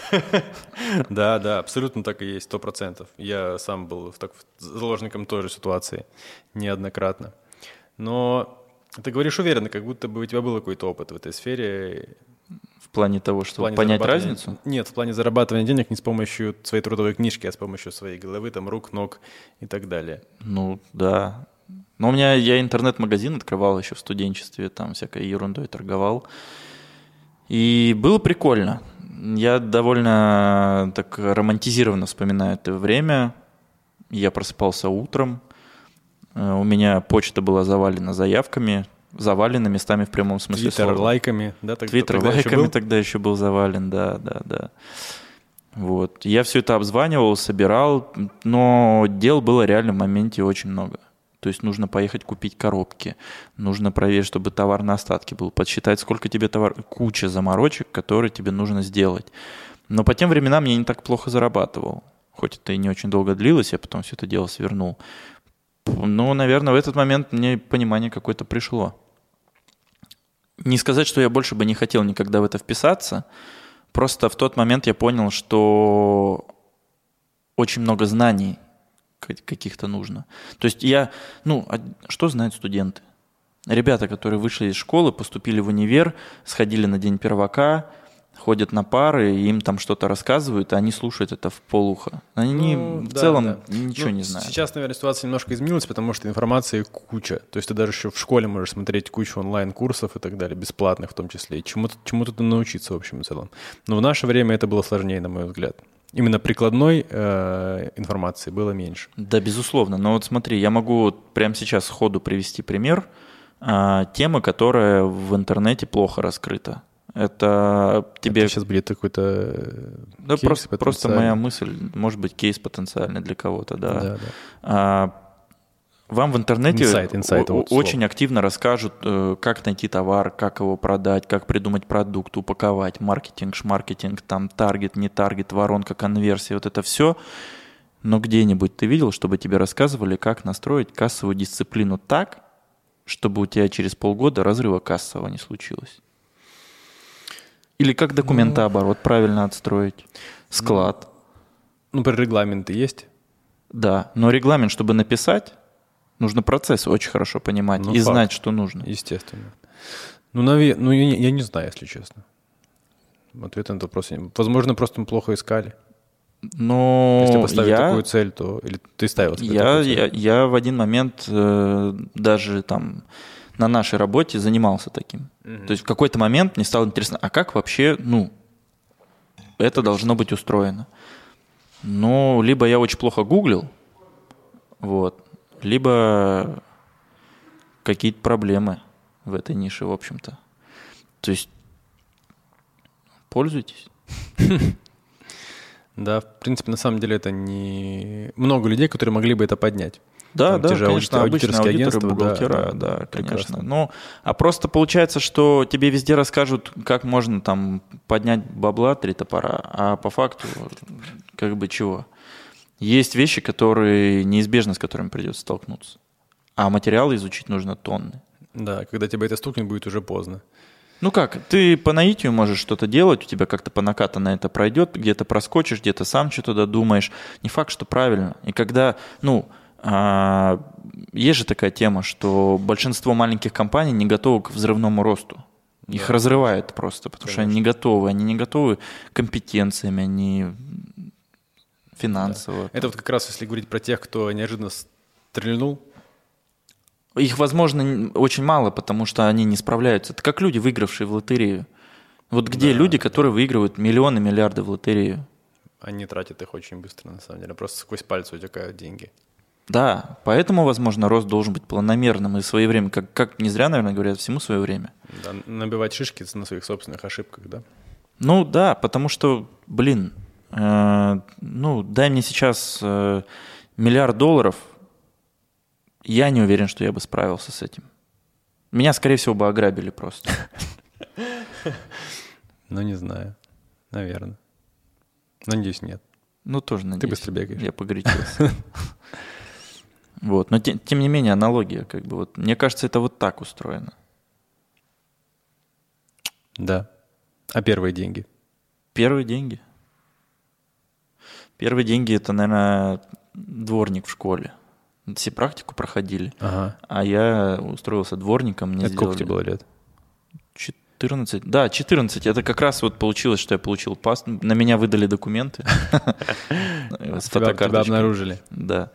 Да, да, абсолютно так и есть, сто процентов. Я сам был так, заложником той же ситуации неоднократно. Но ты говоришь уверенно, как будто бы у тебя был какой-то опыт в этой сфере. В плане того, чтобы понять разницу? Нет, в плане зарабатывания денег не с помощью своей трудовой книжки, а с помощью своей головы, там, рук, ног и так далее. Ну, да. Но у меня, я интернет-магазин открывал еще в студенчестве, там всякой ерундой торговал. И было прикольно. Я довольно так романтизированно вспоминаю это время. Я просыпался утром. У меня почта была завалена заявками, завалена местами в прямом смысле слова. Твиттер лайками, да? Твиттер лайками тогда еще был завален, да, да, да. Вот. Я все это обзванивал, собирал, но дел было реально в моменте очень много. То есть нужно поехать купить коробки, нужно проверить, чтобы товар на остатке был, подсчитать, сколько тебе товар, куча заморочек, которые тебе нужно сделать. Но по тем временам я не так плохо зарабатывал. Хоть это и не очень долго длилось, я потом все это дело свернул. Но, наверное, в этот момент мне понимание какое-то пришло. Не сказать, что я больше бы не хотел никогда в это вписаться, просто в тот момент я понял, что очень много знаний каких-то нужно. То есть я, ну, а что знают студенты? Ребята, которые вышли из школы, поступили в универ, сходили на день первака, ходят на пары, им там что-то рассказывают, а они слушают это в полухо. Они ну, в да, целом да. ничего ну, не знают. Сейчас, наверное, ситуация немножко изменилась, потому что информации куча. То есть ты даже еще в школе можешь смотреть кучу онлайн-курсов и так далее, бесплатных в том числе, и чему-то, чему-то научиться в общем и целом. Но в наше время это было сложнее, на мой взгляд. Именно прикладной э, информации было меньше. Да, безусловно. Но вот смотри, я могу прямо сейчас сходу привести пример э, темы, которая в интернете плохо раскрыта. Это тебе... Это сейчас будет какой-то да, кейс просто, просто моя мысль, может быть, кейс потенциальный для кого-то, да. да, да. А, вам в интернете insight, insight, о- очень слово. активно расскажут, как найти товар, как его продать, как придумать продукт, упаковать, маркетинг, шмаркетинг, там таргет, не таргет, воронка, конверсия, вот это все. Но где-нибудь ты видел, чтобы тебе рассказывали, как настроить кассовую дисциплину так, чтобы у тебя через полгода разрыва кассового не случилось? Или как документооборот ну, правильно отстроить? Склад. Ну, например, регламенты есть? Да, но регламент, чтобы написать, нужно процесс очень хорошо понимать ну, и факт. знать, что нужно. Естественно. Ну, наве... ну я, я не знаю, если честно. Ответ на этот вопрос. Возможно, просто мы плохо искали. Но Если поставить я, такую цель, то или ты ставил себе я, такую цель? я, я в один момент э, даже там на нашей работе занимался таким. Мгм. То есть в какой-то момент мне стало интересно, а как вообще, ну, это должно быть устроено? Ну, либо я очень плохо гуглил, вот, либо какие-то проблемы в этой нише, в общем-то. То есть пользуйтесь. Да, в принципе, на самом деле это не... Много людей, которые могли бы это поднять. Да, Там да, те же конечно, аудит- обычные аудиторские аудиторы, агентства, да, бухгалтера, да, да, да, конечно. прекрасно. Ну, а просто получается, что тебе везде расскажут, как можно там поднять бабла три топора, а по факту как бы чего? Есть вещи, которые неизбежно, с которыми придется столкнуться. А материалы изучить нужно тонны. Да, когда тебя это стукнет, будет уже поздно. Ну как, ты по наитию можешь что-то делать, у тебя как-то по накатанно это пройдет, где-то проскочишь, где-то сам что-то додумаешь. Не факт, что правильно. И когда, ну, а, есть же такая тема, что большинство маленьких компаний не готовы к взрывному росту. Их Да. разрывает просто, потому что они не готовы. Они не готовы компетенциями, они финансово. Это вот как раз, если говорить про тех, кто неожиданно стрельнул, Их, возможно, н- очень мало, потому что они не справляются. Это как люди, выигравшие в лотерею. Вот где Да, люди, которые выигрывают миллионы, миллиарды в лотерею. они тратят их очень быстро, на самом деле. Просто сквозь пальцы утекают деньги. Да, поэтому, возможно, рост должен быть планомерным и своевременным. Как, как не зря, наверное, говорят, всему свое время. Да, набивать шишки на своих собственных ошибках, да? Ну да, потому что, блин, э, ну дай мне сейчас э, миллиард долларов, я не уверен, что я бы справился с этим. Меня, скорее всего, бы ограбили просто. Ну, не знаю. Наверное. Надеюсь, нет. Ну, тоже надеюсь. Ты быстро бегаешь. Я погорячился. Вот, но те- тем не менее аналогия, как бы вот, мне кажется, это вот так устроено. Да. А первые деньги? Первые деньги. Первые деньги это, наверное, дворник в школе. Все практику проходили, Ага. а я устроился дворником. Мне Это сколько сделали тебе было лет? четырнадцать. Да, четырнадцать. Это как раз вот получилось, что я получил пас. На меня выдали документы с Тебя, тебя фотокарточкой. обнаружили. Да.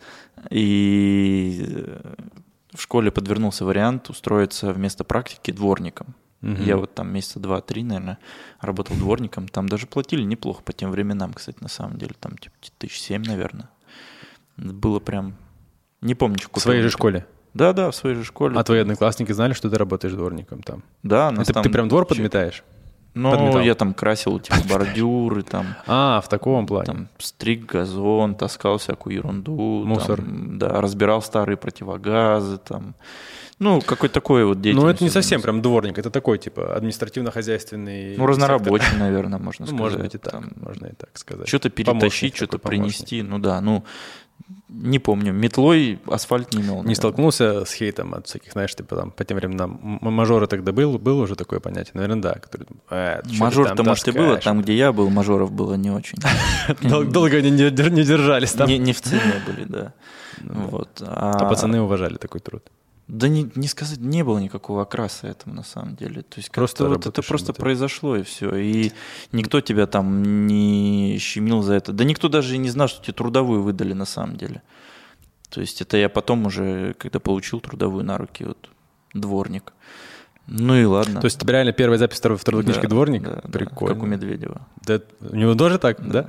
И э, в школе подвернулся вариант устроиться вместо практики дворником. Мгм. Я вот там месяца два-три, наверное, работал дворником. Там даже платили неплохо по тем временам, кстати, на самом деле. Там типа тысяч семь, наверное. Было прям... Не помню, В сколько. своей же было. школе? Да, да, в своей же школе. А твои одноклассники знали, что ты работаешь дворником там? Да, нас Это там ты прям двор чё- подметаешь? Ну, подметал? я там красил типа бордюры, там, А, в таком плане. там стриг газон, таскал всякую ерунду. Мусор. Там, да, разбирал старые противогазы, там. Ну, какой такой вот Ну, деятельностью. это не совсем занимался. прям дворник, это такой, типа, административно-хозяйственный... Ну, разнорабочий, наверное, можно сектор. сказать. Ну, может быть, и так, Там можно и так сказать. Что-то Помощник перетащить, что-то такой, помощник. принести. Ну да, ну, не помню. Метлой асфальт не мел. Не наверное. столкнулся с хейтом от всяких, знаешь, типа там по тем временам м- мажоры тогда был, было уже такое понятие? Наверное, да. Который, э, чё ты Мажор-то, там может, и было. таскаешь? Там, где я был, мажоров было не очень. Дол- Долго они не, дер- не держались там. Не, не в цене были, да. Вот. А пацаны уважали такой труд. Да не, не сказать, не было никакого окраса этому на самом деле. То есть Просто просто вот это работаешь, просто работаешь. произошло и все. И никто тебя там не щемил за это. Да никто даже и не знал, что тебе трудовую выдали на самом деле. То есть это я потом уже, когда получил трудовую на руки, вот дворник. Ну и ладно. То есть у тебя реально первая запись второй, второй Да, книжки «Дворник»? да, да, Прикольно. как у Медведева. Да, у него тоже так, да?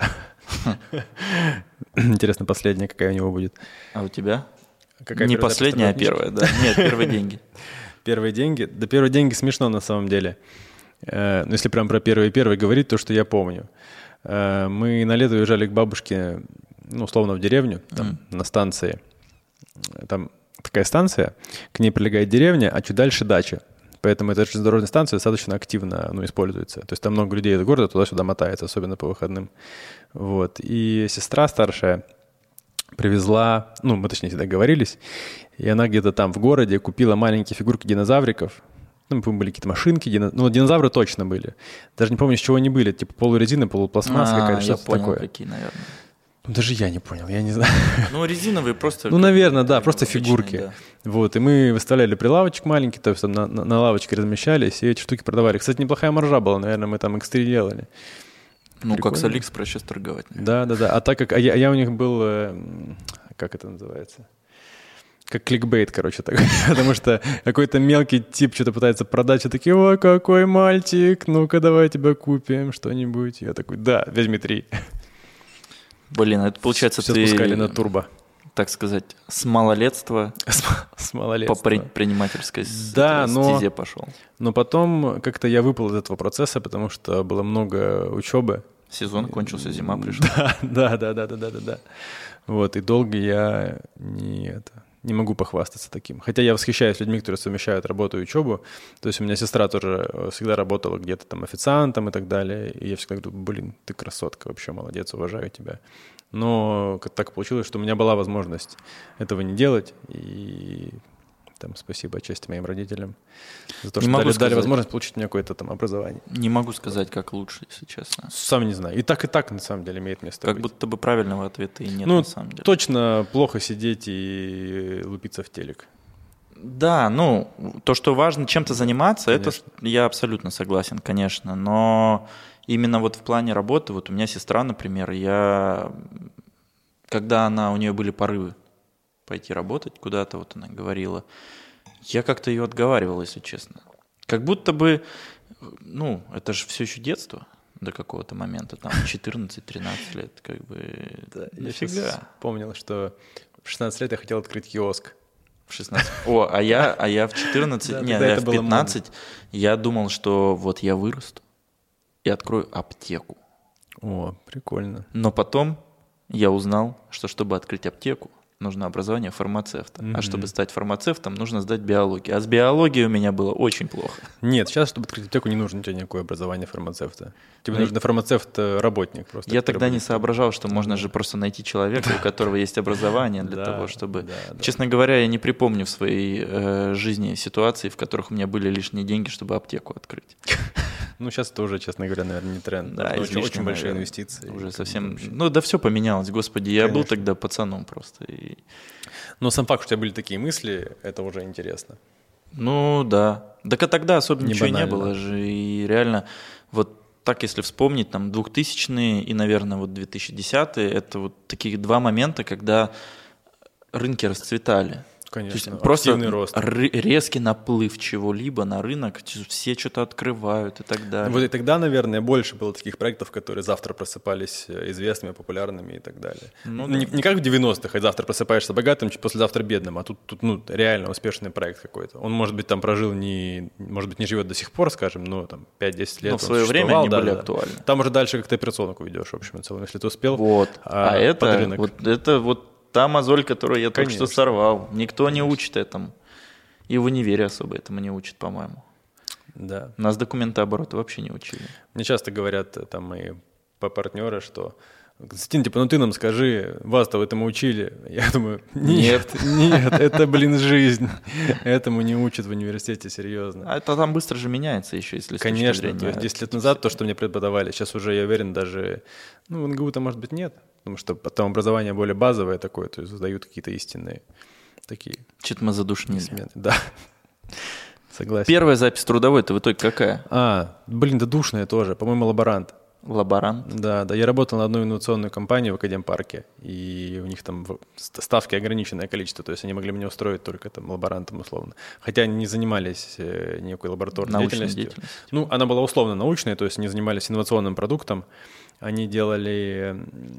Интересно, последняя какая у него будет. А у тебя? Какая не первая запись последняя, а второй книжки? первая, да. Нет, первые деньги. Первые деньги? Да первые деньги смешно на самом деле. Э, ну, если прям про первые-первые говорить, то, что я помню. Э, мы на лето уезжали к бабушке, ну, условно, в деревню, там, на станции. Там такая станция, к ней прилегает деревня, а чуть дальше дача. Поэтому эта железнодорожная станция достаточно активно, ну, используется. То есть там много людей из города туда-сюда мотается, особенно по выходным. Вот. И сестра старшая привезла, ну, мы точнее всегда говорились, и она где-то там в городе купила маленькие фигурки динозавриков. Ну, мы помню, были какие-то машинки, дино... ну, динозавры точно были. Даже не помню, с чего они были, типа полурезина, полупластмасса А, какая-то, я что-то понял, такое. какие, наверное. Ну, даже я не понял, я не знаю. Ну, резиновые просто... Ну, наверное, да, просто обычные, фигурки. да. Вот, и мы выставляли прилавочек маленький, то есть там на, на, на лавочке размещались, и эти штуки продавали. Кстати, неплохая маржа была, наверное, мы там икс три делали. Ну, Прикольно. как с Алиэкспресс сейчас торговать. Да, да, да. А так как а я, а я у них был, э, как это называется? Как кликбейт, короче, так. Потому что какой-то мелкий тип что-то пытается продать, и такие, ой, какой мальчик, ну-ка давай тебя купим что-нибудь. Я такой, да, возьми три. Блин, это получается все ты, спускали на турбо. Так сказать, с малолетства с, с малолетства. по предпринимательской да, стезе но, пошел. Но потом как-то я выпал из этого процесса, потому что было много учебы. Сезон кончился, зима пришла. Да, да, да, да, да, да, да. Вот, и долго я не, это, не могу похвастаться таким. Хотя я восхищаюсь людьми, которые совмещают работу и учебу. То есть у меня сестра тоже всегда работала где-то там официантом и так далее. И я всегда говорю, блин, ты красотка, вообще молодец, уважаю тебя. Но так получилось, что у меня была возможность этого не делать. И там спасибо отчасти моим родителям за то, не что дали, сказать, дали возможность получить у меня какое-то там образование. Не могу сказать, как лучше, если честно. Сам не знаю. И так, и так, на самом деле, имеет место Как быть. будто бы правильного ответа и нет, ну, на самом деле. Точно плохо сидеть и лупиться в телек. Да, ну, то, что важно чем-то заниматься, конечно. Это я абсолютно согласен, конечно. Но именно вот в плане работы, вот у меня сестра, например, я, когда она, у нее были порывы пойти работать куда-то, вот она говорила, я как-то ее отговаривал, если честно. Как будто бы, ну, это же все еще детство до какого-то момента, там, четырнадцать-тринадцать лет, как бы, да, нафига. Я сейчас помнил, что в шестнадцать лет я хотел открыть киоск. В шестнадцать. О, а я, а я в четырнадцать, да, нет, я в пятнадцать, я думал, что вот я вырасту и открою аптеку. О, прикольно. Но потом я узнал, что чтобы открыть аптеку, нужно образование фармацевта. Mm-hmm. А чтобы стать фармацевтом, нужно сдать биологию. А с биологией у меня было очень плохо. Нет, сейчас, чтобы открыть аптеку, не нужно тебе никакое образование фармацевта. Тебе ну, нужен фармацевт-работник. Просто, я тогда не соображал, что можно же просто найти человека, у которого есть образование для того, чтобы... Честно говоря, я не припомню в своей э, жизни ситуации, в которых у меня были лишние деньги, чтобы аптеку открыть. Ну, сейчас тоже, честно говоря, наверное, не тренд. Да, очень, очень большие инвестиции. Уже совсем... Ну, да все поменялось, господи. Я был тогда пацаном просто. И... Но сам факт, что у тебя были такие мысли, это уже интересно. Ну, да. Так а тогда особо не ничего банально. Не было же. И реально, вот так, если вспомнить, там, двухтысячные и, наверное, вот две тысячи десятые, это вот такие два момента, когда рынки расцветали. Конечно, просто рост. резкий наплыв чего-либо на рынок, все что-то открывают и так далее. Вот и тогда, наверное, больше было таких проектов, которые завтра просыпались известными, популярными и так далее. Ну, не, да. не как в девяностых, завтра просыпаешься богатым, послезавтра бедным, а тут, тут ну, реально успешный проект какой-то. Он, может быть, там прожил, не, может быть, не живет до сих пор, скажем, но там пять-десять лет. Но в свое время они да, были да. актуальны. Там уже дальше как-то операционку ведешь, в общем и целом, если ты успел. Вот. А, а это, рынок. вот, это вот та мозоль, которую я только Конечно. Что сорвал. Никто Конечно. Не учит этому. И в универе особо этому не учат, по-моему. Да. Нас документооборота вообще не учили. Мне часто говорят там мои партнеры, что Константин, типа, ну ты нам скажи, вас-то в этому учили. Я думаю, нет, нет, это, блин, жизнь. Этому не учат в университете, серьезно. А это там быстро же меняется еще, если с Конечно, зрения, то есть десять лет назад то, что мне преподавали, сейчас уже, я уверен, даже, ну, в эн гэ у-то, может быть, нет. Потому что потом образование более базовое такое, то есть задают какие-то истинные такие... Что-то мы задушнили. Смены. Да, согласен. Первая запись трудовой-то в итоге какая? А, блин, да душная тоже, по-моему, лаборант. Лаборант? Да, да, я работал на одну инновационную компанию в Академпарке, и у них там ставки ограниченное количество, то есть они могли меня устроить только там лаборантом условно. Хотя они не занимались никакой лабораторной научной деятельностью. деятельностью. Ну, она была условно научная, то есть они занимались инновационным продуктом, они делали...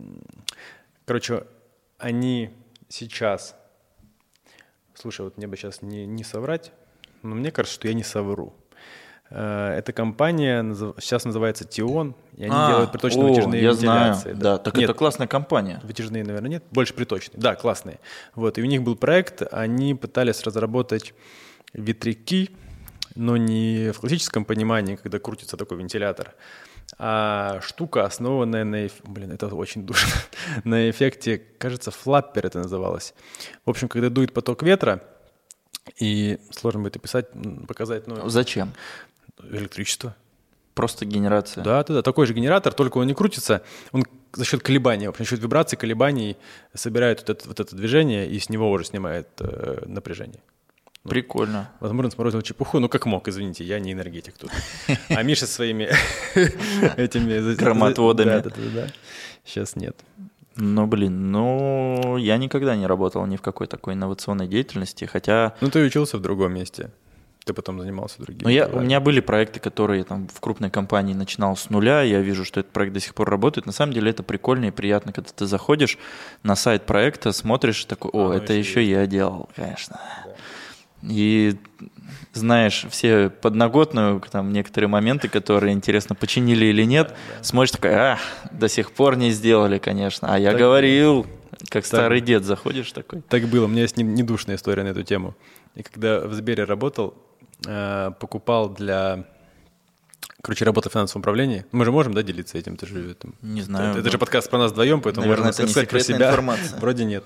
Короче, они сейчас... Слушай, вот мне бы сейчас не, не соврать, но мне кажется, что я не совру. Эта компания сейчас называется Тион, и они а, делают приточно-вытяжные я вентиляции. Знаю. Да, так нет, это классная компания. Вытяжные, наверное, нет, больше приточные. Да, классные. Вот, и у них был проект, они пытались разработать ветряки, но не в классическом понимании, когда крутится такой вентилятор, а штука, основанная на... Блин, это очень душно. На эффекте, кажется, флаппер это называлось. В общем, когда дует поток ветра, и сложно будет описать, показать... Ну, зачем? Электричество. Просто генерация. Да, да, да. Такой же генератор, только он не крутится, он за счет колебаний, в общем, за счет вибраций, колебаний собирает вот это, вот это движение и с него уже снимает э, напряжение. Прикольно. Возможно, сморозил чепуху, ну как мог, извините, я не энергетик тут. А Миша со своими этими... Громотводами. Да, да, да. Сейчас нет. Ну, блин, ну, я никогда не работал ни в какой такой инновационной деятельности, хотя... Ну, ты учился в другом месте. Ты потом занимался другим. Ну, я, у меня были проекты, которые я там в крупной компании начинал с нуля, я вижу, что этот проект до сих пор работает. На самом деле это прикольно и приятно, когда ты заходишь на сайт проекта, смотришь, такой, о, а, это еще, еще я делал, конечно. Да. И знаешь все подноготную, там некоторые моменты, которые интересно, починили или нет, да, да. Смотришь такой, а, до сих пор не сделали, конечно, а я так говорил, как так, старый дед заходишь такой. Так было, у меня есть недушная история на эту тему. И когда в Сбере работал, покупал для... Короче, работал в финансовом управлении. Мы же можем, да, делиться этим? Ты же, там, не знаю. Это, это же подкаст про нас вдвоем, поэтому наверное, можно сказать про себя. Информация. Вроде нет.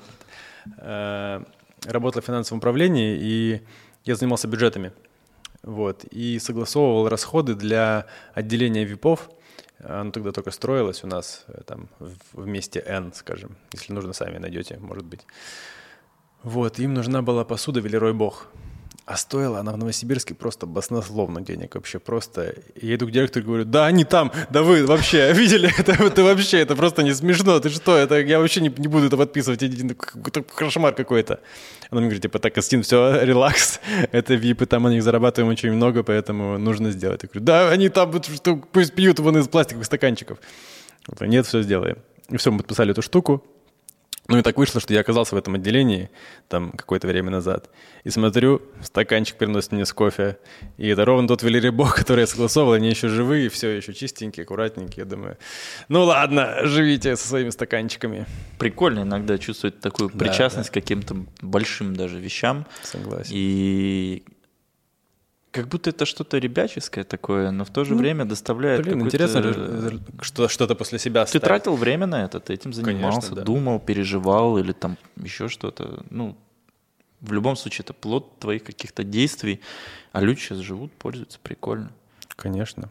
Работал в финансовом управлении, и я занимался бюджетами. Вот, и согласовывал расходы для отделения випов. Оно тогда только строилось у нас там в месте N, скажем. Если нужно, сами найдете, может быть. Вот, им нужна была посуда Велерой Бог. А стоила она в Новосибирске просто баснословно денег вообще просто. И я иду к директору и говорю, да они там, да вы вообще видели это, это вообще, это просто не смешно, ты что, это я вообще не, не буду это подписывать, это кошмар какой-то. Она мне говорит, типа, так, Костин, все, релакс, это випы, там о них зарабатываем очень много, поэтому нужно сделать. Я говорю, да они там, что, пусть пьют вон из пластиковых стаканчиков. Нет, все сделаем. И все, мы подписали эту штуку. Ну и так вышло, что я оказался в этом отделении там какое-то время назад. И смотрю, стаканчик приносит мне с кофе. И это ровно тот Валерий Бог, который я согласовал. Они еще живые, все еще чистенькие, аккуратненькие. Я думаю, ну ладно, живите со своими стаканчиками. Прикольно иногда чувствовать такую да, причастность да. к каким-то большим даже вещам. Согласен. И как будто это что-то ребяческое такое, но в то же ну, время доставляет блин, интересно, что, что-то после себя оставить. Ты тратил время на это, ты этим занимался, Конечно, да. думал, переживал или там еще что-то. Ну, в любом случае, это плод твоих каких-то действий, а люди сейчас живут, пользуются, прикольно. Конечно.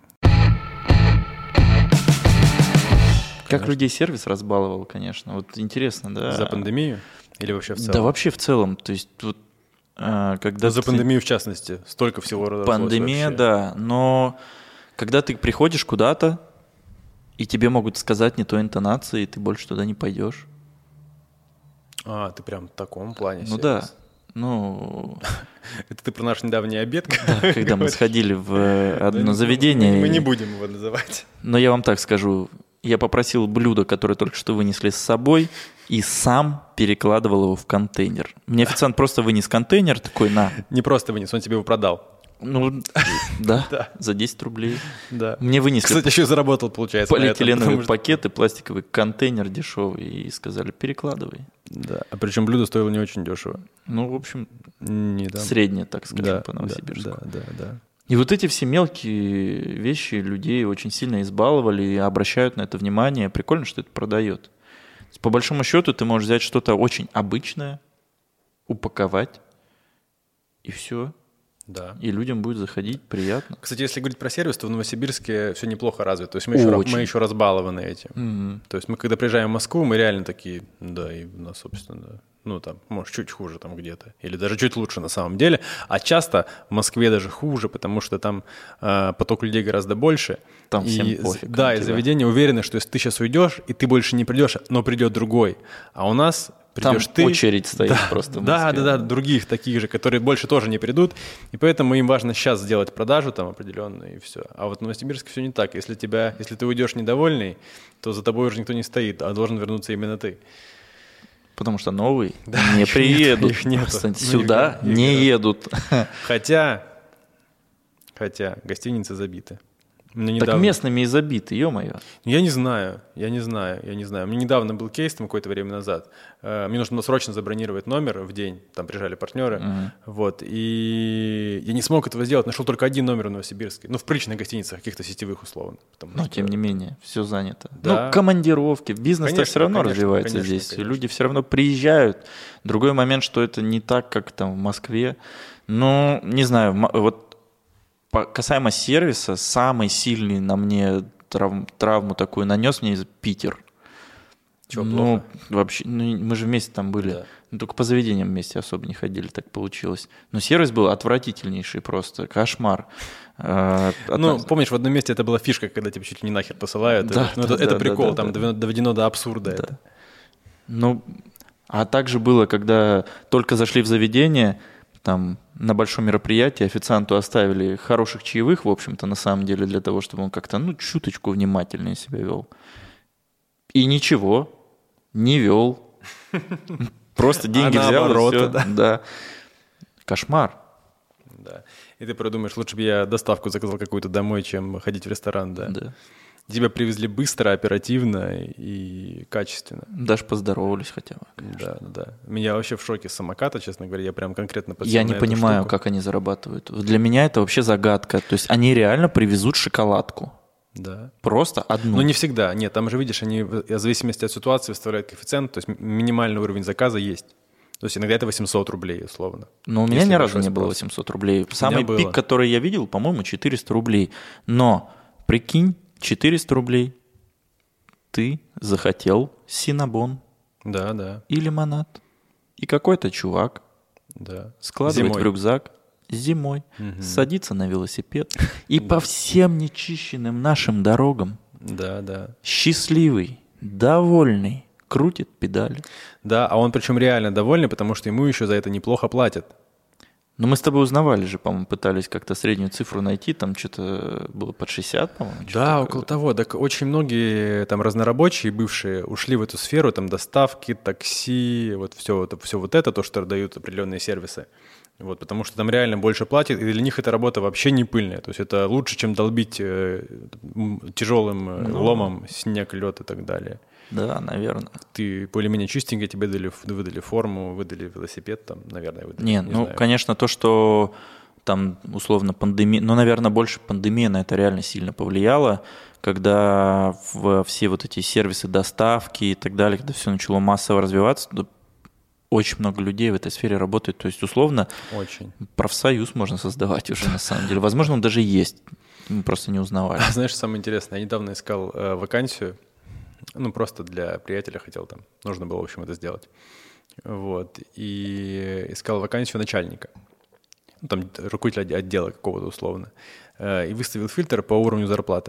Как конечно. Людей сервис разбаловал, конечно. Вот интересно, да. За пандемию или вообще в целом? Да вообще в целом. То есть вот когда за ты... пандемию, в частности, столько всего родилось. Пандемия, вообще. Да, но когда ты приходишь куда-то, и тебе могут сказать не той интонации, и ты больше туда не пойдешь. А, ты прям в таком плане Ну сервис. Да, ну... Это ты про наш недавний обед? Да, когда мы сходили в одно заведение. Мы не будем его называть. Но я вам так скажу, я попросил блюдо, которое только что вынесли с собой, и сам перекладывал его в контейнер. Мне официант просто вынес контейнер, такой, на. Не просто вынес, он тебе его продал. Ну, да, за десять рублей. Да. Мне вынесли... Кстати, еще заработал, получается. Полиэтиленовые пакеты, пластиковый контейнер дешевый, и сказали, перекладывай. Да, а причем блюдо стоило не очень дешево. Ну, в общем, не, да. среднее, так скажем, да, по Новосибирску. Да, да, да, да. И вот эти все мелкие вещи людей очень сильно избаловали и обращают на это внимание. Прикольно, что это продает. По большому счету ты можешь взять что-то очень обычное, упаковать, и все. Да. И людям будет заходить приятно. Кстати, если говорить про сервис, то в Новосибирске все неплохо развито. То есть мы, еще, мы еще разбалованы этим. Mm-hmm. То есть мы, когда приезжаем в Москву, мы реально такие, да, и у нас, собственно, да. Ну, там, может, чуть хуже там где-то. Или даже чуть лучше на самом деле. А часто в Москве даже хуже, потому что там э, поток людей гораздо больше. Там и, всем пофиг. Да, и заведения уверены, что если ты сейчас уйдешь, и ты больше не придешь, но придет другой. А у нас придешь там ты. очередь стоит да, просто в да, Москве. да, да, других таких же, которые больше тоже не придут. И поэтому им важно сейчас сделать продажу там определенную, и все. А вот в Новосибирске все не так. Если, тебя, если ты уйдешь недовольный, то за тобой уже никто не стоит, а должен вернуться именно ты. Потому что новые да, не приедут. Их нет, их нет. Сюда их не их едут. Хотя, хотя гостиницы забиты. Мне недавно... Так местными и забиты, ё-моё. Я не знаю, я не знаю, я не знаю. Мне недавно был кейс там какое-то время назад. Мне нужно было срочно забронировать номер в день. Там приезжали партнеры. Uh-huh. Вот. И я не смог этого сделать. Нашел только один номер в Новосибирске. Ну, в приличных гостиницах, каких-то сетевых условно. Но, что... тем не менее, все занято. Да. Ну, командировки. Бизнес-то все равно конечно, развивается конечно, здесь. Конечно. Люди все равно приезжают. Другой момент, что это не так, как там в Москве. Ну, не знаю, вот касаемо сервиса, самый сильный на мне трав, травму такую нанес мне Питер. Чего, ну, плохо? вообще, ну, мы же вместе там были. Да. Ну, только по заведениям вместе особо не ходили, так получилось. Но сервис был отвратительнейший просто, кошмар. А, Ну, от- помнишь, в одном месте это была фишка, когда тебя чуть ли не нахер посылают. Да, ну, да, это, это да, прикол, да, там да. доведено, доведено до абсурда это. Ну, а также было, когда только зашли в заведение, там на большом мероприятии официанту оставили хороших чаевых, в общем-то, на самом деле, для того, чтобы он как-то, ну, чуточку внимательнее себя вел. И ничего, не вел. Просто деньги А взял, наоборот, и все. да. Да. Кошмар. Да. И ты продумаешь, лучше бы я доставку заказал какую-то домой, чем ходить в ресторан, да. Да. Тебя привезли быстро, оперативно и качественно. Даже поздоровались хотя бы. Да, да, да. Меня вообще в шоке с самоката, честно говоря. Я прям конкретно подсел Я на не эту понимаю, штуку. как они зарабатывают. Для меня это вообще загадка. То есть они реально привезут шоколадку. Да. Просто одну. Но не всегда. Нет, там же, видишь, они в в зависимости от ситуации выставляют коэффициент, то есть м- минимальный уровень заказа есть. То есть иногда это восемьсот рублей, условно. Но у меня Если ни разу большой не было спрос. восемьсот рублей. Самый было. пик, который я видел, по-моему, четыреста рублей. Но, прикинь, четыреста рублей ты захотел синнабон Да, да, и лимонад. И какой-то чувак да. складывает Зимой. в рюкзак зимой, садится на велосипед и по всем нечищенным нашим дорогам Да, да. счастливый, довольный, крутит педали. Да, а он причем реально довольный, потому что ему еще за это неплохо платят. Но мы с тобой узнавали же, по-моему, пытались как-то среднюю цифру найти, там что-то было под шестьдесят, по-моему. что-то Да, такое. около того. Так очень многие там разнорабочие бывшие ушли в эту сферу, там доставки, такси, вот все, вот, все вот это, то, что дают определенные сервисы. Вот, потому что там реально больше платят, и для них эта работа вообще не пыльная. То есть это лучше, чем долбить э, м, тяжелым э, Ну. ломом снег, лед и так далее. Да, наверное. Ты более-менее чистенько, тебе дали, выдали форму, выдали велосипед, там, наверное, выдали. Нет, не ну, знаю. конечно, то, что там, условно, пандемия, ну, наверное, больше пандемия на это реально сильно повлияла, когда в все вот эти сервисы доставки и так далее, когда все начало массово развиваться, то очень много людей в этой сфере работает. То есть, условно, Очень. профсоюз можно создавать уже на самом деле. Возможно, он даже есть. Мы просто не узнавали. Знаешь, самое интересное, я недавно искал э, вакансию, ну, просто для приятеля хотел там, нужно было, в общем, это сделать. Вот, и искал вакансию начальника, ну, там руководителя отдела какого-то условно, э, и выставил фильтр по уровню зарплаты.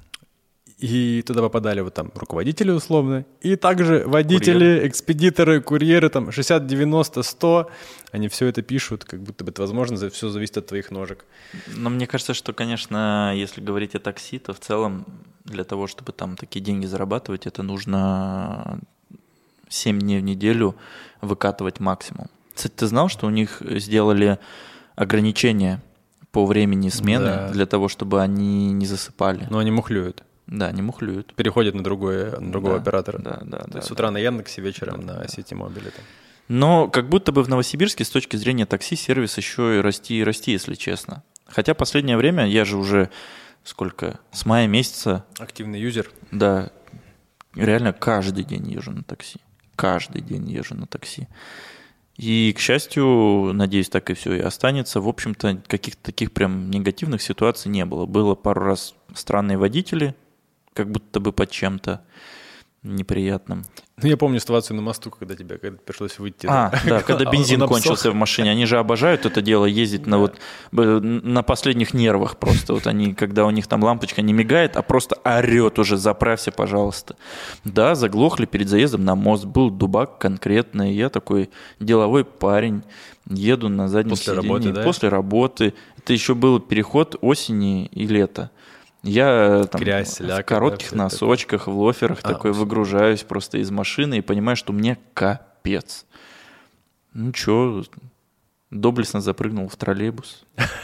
И туда попадали вот там руководители условно, и также водители, Курьеры. экспедиторы, курьеры, там шестьдесят, девяносто, сто, они все это пишут, как будто бы это возможно, все зависит от твоих ножек. Но мне кажется, что, конечно, если говорить о такси, то в целом для того, чтобы там такие деньги зарабатывать, это нужно семь дней в неделю выкатывать максимум. Кстати, ты знал, что у них сделали ограничения по времени смены Да. для того, чтобы они не засыпали? Но они мухлюют, Да, не мухлюют. переходят на, другое, на другого Да, оператора. Да, да, То да. есть с да. утра на Яндексе, вечером на сети мобиле. Там. Но как будто бы в Новосибирске с точки зрения такси сервис еще и расти и расти, если честно. Хотя последнее время, я же уже сколько, с мая месяца, Активный юзер. да, реально каждый день езжу на такси. Каждый день езжу на такси. И, к счастью, надеюсь, так и все и останется. В общем-то, каких-то таких прям негативных ситуаций не было. Было пару раз странные водители, как будто бы под чем-то неприятным. Ну, я помню ситуацию на мосту, когда тебе когда пришлось выйти. А, да, когда бензин Он обсох. кончился в машине. Они же обожают это дело, ездить на вот б- на последних нервах просто. Вот они, когда у них там лампочка не мигает, а просто орет уже, заправься, пожалуйста. Да, заглохли перед заездом на мост. Был дубак конкретный. Я такой деловой парень. Еду на заднем После сиденье. работы, да? После работы. Это еще был переход осени и лета. Я там Грязь, в слякоть, коротких да, всё это. носочках, в лоферах А, такой всё. выгружаюсь просто из машины и понимаю, что мне капец. Ну чё, доблестно запрыгнул в троллейбус.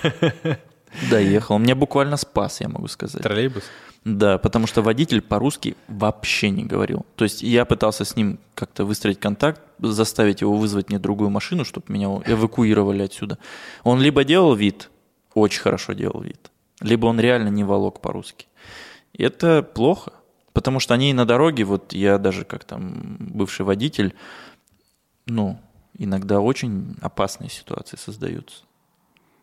Доехал. Меня буквально спас, я могу сказать. Троллейбус? Да, потому что водитель по-русски вообще не говорил. То есть я пытался с ним как-то выстроить контакт, заставить его вызвать мне другую машину, чтобы меня эвакуировали отсюда. Он либо делал вид, очень хорошо делал вид, либо он реально не волок по-русски. И это плохо, потому что они на дороге, вот я даже как там бывший водитель, ну, иногда очень опасные ситуации создаются.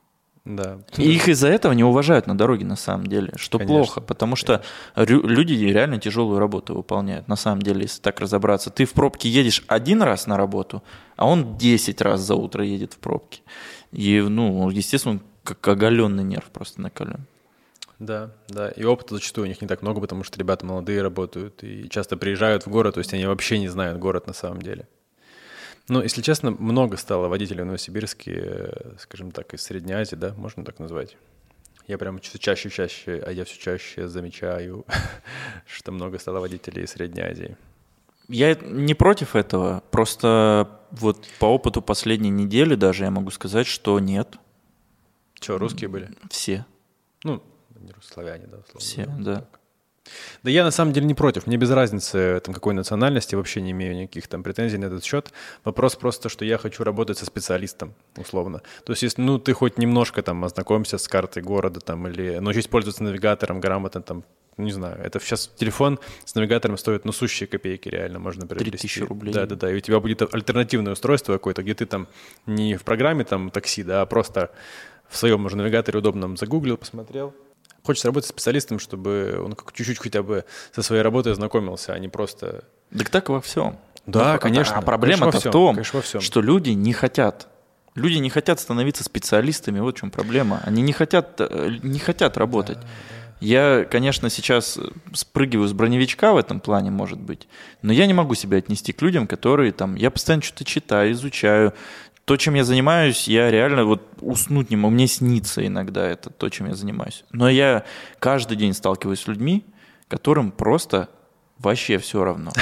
Да. И их из-за этого не уважают на дороге, на самом деле, что Конечно, плохо, потому что рю- люди реально тяжелую работу выполняют, на самом деле, если так разобраться. Ты в пробке едешь один раз на работу, а он десять раз за утро едет в пробке. И, ну, естественно, как оголенный нерв просто накален. Да, да. И опыта зачастую у них не так много, потому что ребята молодые работают и часто приезжают в город, то есть они вообще не знают город на самом деле. Но, если честно, много стало водителей в Новосибирске, скажем так, из Средней Азии, да, можно так назвать. Я прям все чаще и чаще, а я все чаще замечаю, что много стало водителей из Средней Азии. Я не против этого, просто вот по опыту последней недели даже я могу сказать, что нет. Что, русские были? Все. Ну, не славяне, да, условно. Все, да. да. Так. Да я на самом деле не против, мне без разницы, там, какой национальности, вообще не имею никаких там претензий на этот счет. Вопрос просто, что я хочу работать со специалистом, условно. То есть, если, ну, ты хоть немножко там ознакомься с картой города, там, или научись пользоваться навигатором грамотно, там, не знаю, это сейчас телефон с навигатором стоит, ну, сущие копейки реально можно приобрести. три тысячи рублей. Да-да-да, и у тебя будет альтернативное устройство какое-то, где ты там не в программе там такси, да, а просто в своем уже навигаторе удобном загуглил, посмотрел. Хочется работать с специалистом, чтобы он чуть-чуть хотя бы со своей работой ознакомился, а не просто... Так так во всем. Да, Но, конечно. А проблема-то всем, в том, конечно, во всем. что люди не хотят. Люди не хотят становиться специалистами, вот в чем проблема. Они не хотят, не хотят работать. Да, да. Я, конечно, сейчас спрыгиваю с броневичка в этом плане, может быть, но я не могу себя отнести к людям, которые там... Я постоянно что-то читаю, изучаю. То, чем я занимаюсь, я реально вот уснуть не могу. Мне снится иногда это то, чем я занимаюсь. Но я каждый день сталкиваюсь с людьми, которым просто вообще все равно.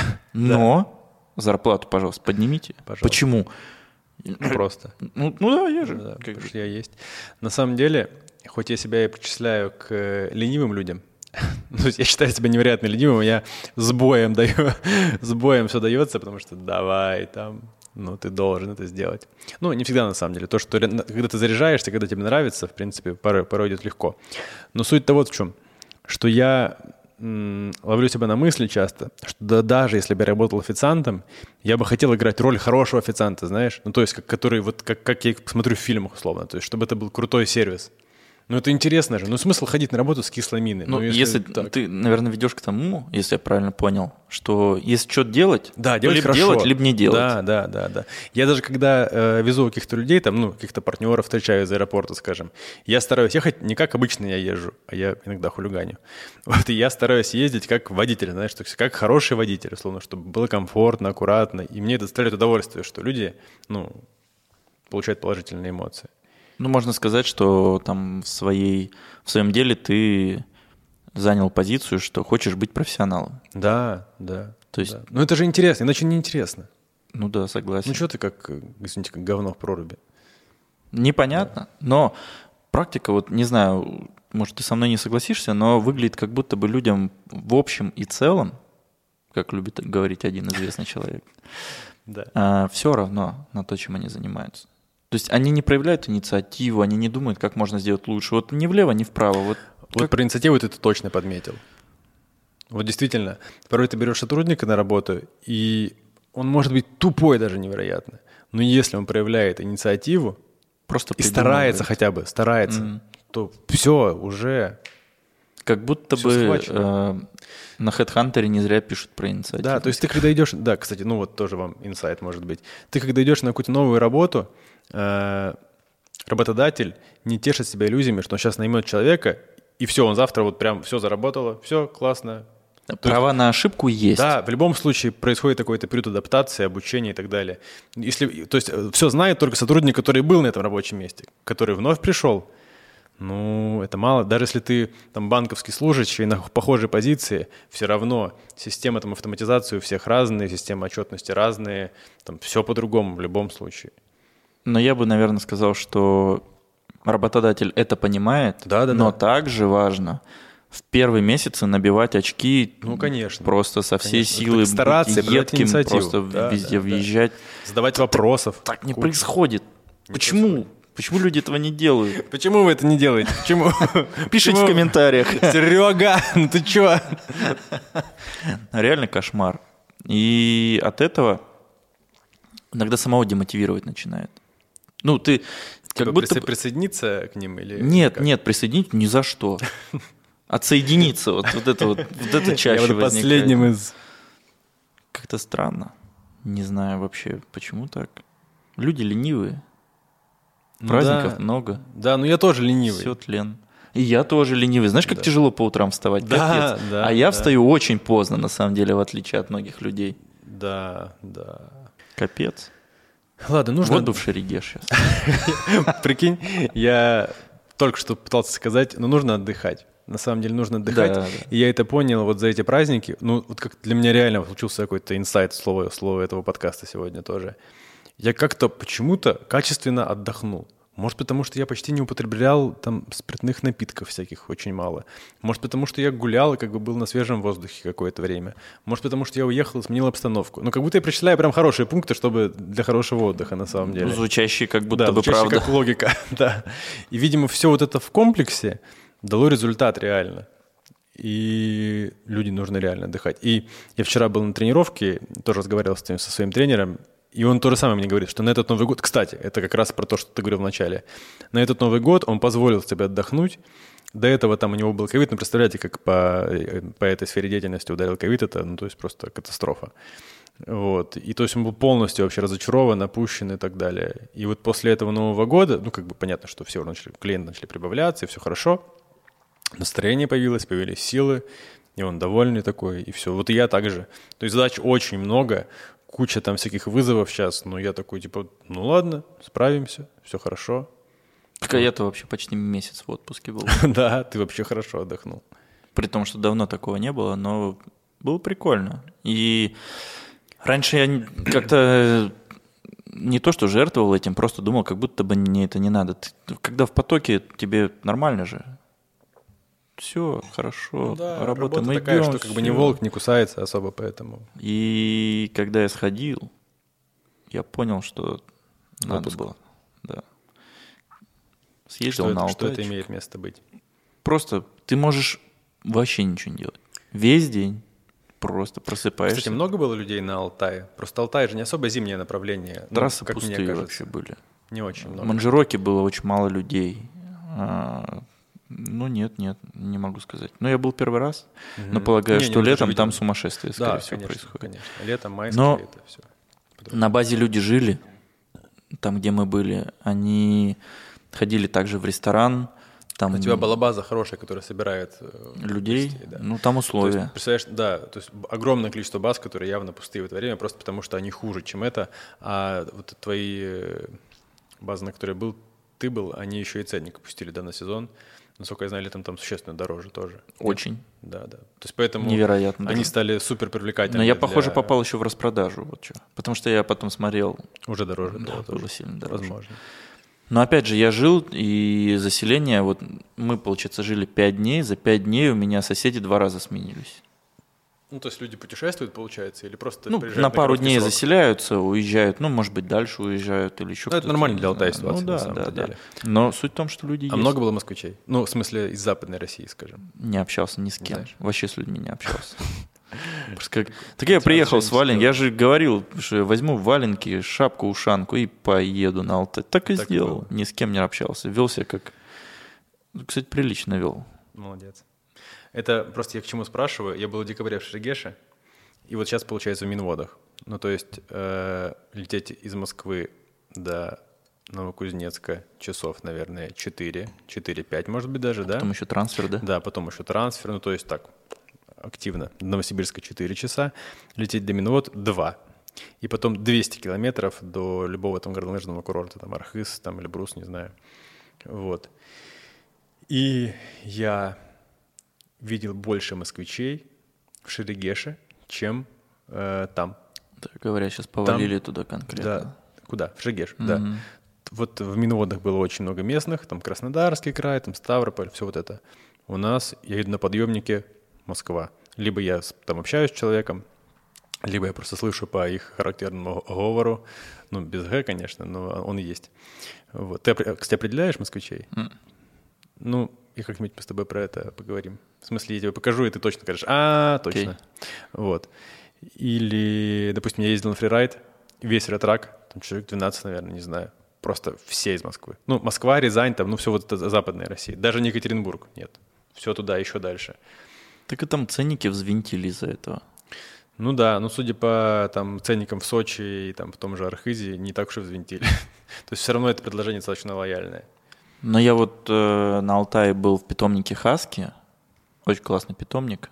Но зарплату, пожалуйста, поднимите. Пожалуйста. Почему? Просто. Ну, ну да, я же. Да, потому что я есть. На самом деле, хоть я себя и причисляю к ленивым людям, ну, я считаю себя невероятно ленивым, я с боем даю, с боем все дается, потому что давай там... Ну, ты должен это сделать. Ну, не всегда, на самом деле. То, что когда ты заряжаешься, когда тебе нравится, в принципе, порой, порой идет легко. Но суть-то вот в чем. Что я м, ловлю себя на мысли часто, что да, даже если бы я работал официантом, я бы хотел играть роль хорошего официанта, знаешь? Ну, то есть, как, который, вот, как, как я смотрю в фильмах, условно. То есть, чтобы это был крутой сервис. Ну, это интересно же. Ну, смысл ходить на работу с кислой миной. Ну, ну если, если ты, наверное, ведешь к тому, если я правильно понял, что если что-то делать, да, делать либо хорошо. делать, либо не делать. Да, да, да, да. Я даже когда э, везу каких-то людей, там, ну, каких-то партнеров встречаю из аэропорта, скажем, я стараюсь ехать не как обычно я езжу, а я иногда хулиганю. Вот, и я стараюсь ездить как водитель, знаешь, как хороший водитель, условно, чтобы было комфортно, аккуратно. И мне это доставляет удовольствие, что люди, ну, получают положительные эмоции. Ну, можно сказать, что там в, своей, в своем деле ты занял позицию, что хочешь быть профессионалом. Да, да. То есть... да. Ну, это же интересно, иначе не интересно. Ну да, согласен. Ну, что ты как, извините, как говно в проруби? Непонятно, да. Но практика, вот не знаю, может, ты со мной не согласишься, но выглядит как будто бы людям в общем и целом, как любит говорить один известный человек, да. все равно на то, чем они занимаются. То есть они не проявляют инициативу, они не думают, как можно сделать лучше. Вот ни влево, ни вправо. Вот, вот как... про инициативу ты точно подметил. Вот действительно, порой ты берешь сотрудника на работу, и он может быть тупой даже невероятно. Но если он проявляет инициативу просто и старается хотя бы, старается, mm. то все, уже... Как будто бы э, на HeadHunter не зря пишут про инициативу. Да, то есть ты когда идешь... Да, кстати, ну вот тоже вам инсайт может быть. Ты когда идешь на какую-то новую работу... работодатель не тешит себя иллюзиями, что он сейчас наймет человека, и все, он завтра вот прям все заработало, все классно. Права есть, на ошибку есть. Да, в любом случае происходит какой-то период адаптации, обучения и так далее. Если, то есть все знает только сотрудник, который был на этом рабочем месте, который вновь пришел. Ну, это мало. Даже если ты там банковский служащий на похожей позиции, все равно система там автоматизации у всех разные, система отчетности разные, там все по-другому в любом случае. Но я бы, наверное, сказал, что работодатель это понимает, да, да, но да. также важно в первые месяцы набивать очки, ну, конечно, просто со всей конечно. силы, стараться, быть едким, просто да, везде да, въезжать. Да. Задавать вопросов. Так, так не происходит. Не Почему? Происходит. Почему люди этого не делают? Почему вы это не делаете? Почему? Пишите в комментариях. Серега, ну ты чё? Реально кошмар. И от этого иногда самого демотивировать начинает. Ну, ты Как типа будто присо- бы- присоединиться к ним или Нет, как? нет, присоединить ни за что. Отсоединиться, вот, вот это вот, вот это Я чаще буду возникает. последним из... Как-то странно. Не знаю вообще, почему так. Люди ленивые. Ну Праздников да. много. Да, ну я тоже ленивый. Все тлен. И я тоже ленивый. Знаешь, как Да. тяжело по утрам вставать? Да, Капец. да, а я да. встаю очень поздно, на самом деле, в отличие от многих людей. Да, да. Капец. Ладно, нужно... Воду в Шерегеш сейчас. Прикинь, я только что пытался сказать, но нужно отдыхать. На самом деле нужно отдыхать. Да, да. И я это понял вот за эти праздники. Ну, вот как для меня реально случился какой-то инсайт слова, слова этого подкаста сегодня тоже. Я как-то почему-то качественно отдохнул. Может, потому что я почти не употреблял там спиртных напитков всяких очень мало. Может, потому что я гулял и как бы был на свежем воздухе какое-то время. Может, потому что я уехал и сменил обстановку. Ну, как будто я причисляю прям хорошие пункты, чтобы для хорошего отдыха на самом деле. Ну, звучащие как будто Да, бы звучащий правда. как логика, да. И, видимо, все вот это в комплексе дало результат реально. И людям нужно реально отдыхать. И я вчера был на тренировке, тоже разговаривал с, со своим тренером, и он то же самое мне говорит, что на этот Новый год... Кстати, это как раз про то, что ты говорил в начале. На этот Новый год он позволил себе отдохнуть. До этого там у него был ковид. Ну, представляете, как по, по этой сфере деятельности ударил ковид. Это, ну, то есть просто катастрофа. Вот. И то есть он был полностью вообще разочарован, опущен и так далее. И вот после этого Нового года, ну, как бы понятно, что все начали, клиенты начали прибавляться, и все хорошо. Настроение появилось, появились силы, и он довольный такой, и все. Вот и я также. То есть задач очень много, куча там всяких вызовов сейчас, но я такой, типа, ну ладно, справимся, все хорошо. Так а я-то вообще почти месяц в отпуске был. Да, ты вообще хорошо отдохнул. При том, что давно такого не было, но было прикольно. И раньше я не- как-то не то, что жертвовал этим, просто думал, как будто бы мне это не надо. Ты- когда в потоке, тебе нормально же. Все, хорошо, Да, работа, работа мы такая, идем, что как бы не всё. волк, не кусается особо, поэтому... И когда я сходил, я понял, что надо Отпуск. было. Да. Съездил Что, на это, что это Алтайчик. имеет место быть? Просто ты можешь вообще ничего не делать. Весь день просто просыпаешься. Кстати, много было людей на Алтае? Просто Алтай же не особо зимнее направление. ну, Трассы как мне пустые кажется. вообще были. Не очень много. В Манжироке было очень мало людей. А, ну нет, нет, не могу сказать. Но я был первый раз, Мгм. но полагаю, Не, не, что ну, ты же летом там видел. сумасшествие, скорее Да, всего, конечно, происходит. конечно. Летом, майские, Но это все. На базе люди жили, там, где мы были. Они ходили также в ресторан. Там У тебя была база хорошая, которая собирает э, людей, гостей, да. ну там То условия. есть, представляешь, да, то есть огромное количество баз, которые явно пустые в это время, просто потому что они хуже, чем это. А вот твои э, базы, на которые был, ты был, они еще и ценник пустили, да, на сезон. Насколько я знаю, летом там существенно дороже тоже. Очень. Да, да. То есть поэтому Невероятно они дорого. стали супер привлекательными. Но я, похоже, для- попал еще в распродажу. Вот что. Потому что я потом смотрел, Уже дороже да, было тоже. было сильно дороже. Возможно. Но опять же, я жил, и заселение, вот мы, получается, жили пять дней, за пять дней у меня соседи два раза сменились. Ну, то есть люди путешествуют, получается, или просто Ну, приезжают на пару короткий дней срок? заселяются, уезжают, ну, может быть, дальше уезжают или еще Ну, это кто-то. нормально для не Алтая знаю. ситуация, Ну, на да, самом-то да, да. деле. Но суть в том, что люди А есть. много было москвичей? Ну, в смысле, из Западной России, скажем. Не общался ни с кем. Знаешь. Вообще с людьми не общался. Просто как- Так я приехал с валенки, я же говорил, что я возьму валенки, шапку, ушанку и поеду на Алтай. Так и Так и сделал. было. Ни с кем не общался. Вел себя как... Ну, кстати, прилично вел. Молодец. Это просто я к чему спрашиваю. Я был в декабре в Шерегеше, и вот сейчас, получается, в Минводах. Ну, то есть э, лететь из Москвы до Новокузнецка часов, наверное, четыре, четыре-пять, может быть, даже, да? Потом еще трансфер, да? Да, потом еще трансфер, ну, то есть так, активно. До Новосибирска четыре часа, лететь до Минвод два. И потом двести километров до любого там горнолыжного курорта, там Архыз, там Эльбрус, не знаю. Вот. И я видел больше москвичей в Шерегеше, чем э, там. Да, говоря, сейчас повалили туда конкретно. Да. Куда? В Шерегеш, да. Вот в Минводах было очень много местных, там Краснодарский край, там Ставрополь, все вот это. У нас, я еду на подъемнике Москва. Либо я с- там общаюсь с человеком, либо я просто слышу по их характерному говору, ну, без «г», конечно, но он есть. Вот. Ты, опре- кстати, определяешь москвичей? М. Ну, и как-нибудь мы с тобой про это поговорим. В смысле, я тебе покажу, и ты точно скажешь: а, точно. Вот. Или, допустим, я ездил на фрирайд, весь ретрак, там человек двенадцать, наверное, не знаю. просто все из Москвы. Ну, Москва, Рязань, там, ну, все вот это западная Россия. Даже не Екатеринбург, нет. Все туда, еще дальше. Так и там ценники взвинтили из-за этого. Ну да, ну, судя по там, ценникам в Сочи и там, в том же Архизе, не так уж и взвинтили. То есть все равно это предложение достаточно лояльное. Но я вот э, на Алтае был в питомнике Хаски. Очень классный питомник.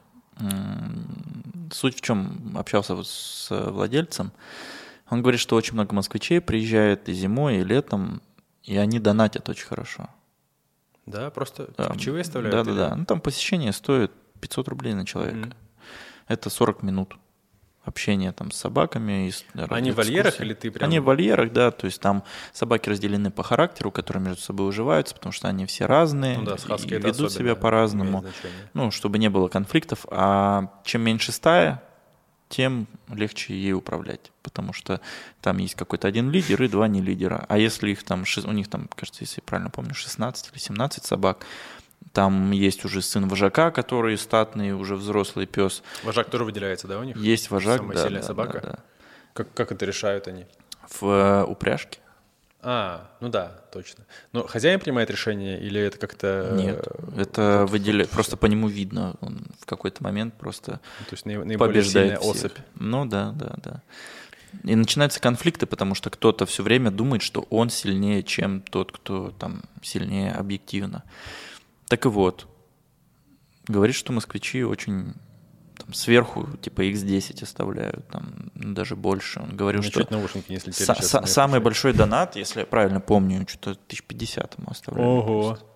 М-м, суть в чем? Общался вот с владельцем. Он говорит, что очень много москвичей приезжает и зимой, и летом, и они донатят очень хорошо. Да, просто Да, ключевые оставляют? Да, да, или? да. Ну, там посещение стоит пятьсот рублей на человека. Мгм. Это сорок минут общения там с собаками. и с- Они в вольерах экскурсии. или ты прям... Они в вольерах, да, то есть там собаки разделены по характеру, которые между собой уживаются, потому что они все разные, Ну да, с хаски и это ведут особенно себя по-разному, имеет значение. ну, чтобы не было конфликтов, а чем меньше стая, тем легче ей управлять, потому что там есть какой-то один лидер и два не лидера, а если их там, шест- у них там, кажется, если я правильно помню, шестнадцать или семнадцать собак, там есть уже сын вожака, который статный, уже взрослый пес, Вожак тоже выделяется, да, у них? есть вожак, Самая да, сильная да, собака? да, да. Как, как это решают они? В э, упряжке. А, ну да, точно. Но хозяин принимает решение или это как-то... Нет, э, это вот- выделяет, просто по нему видно, он в какой-то момент просто То есть наи- наиболее побеждает сильная всех. особь. Ну да, да, да. И начинаются конфликты, потому что кто-то все время думает, что он сильнее, чем тот, кто там сильнее объективно. Так и вот, говорит, что москвичи очень там, сверху, типа икс десять оставляют, там ну, даже больше. Он говорил, Мне что чуть наушники не слетели са- сейчас, са- у меня самый слушают. большой донат, если я правильно помню, что-то тысяч пятьдесят ему оставляли. Ого, просто.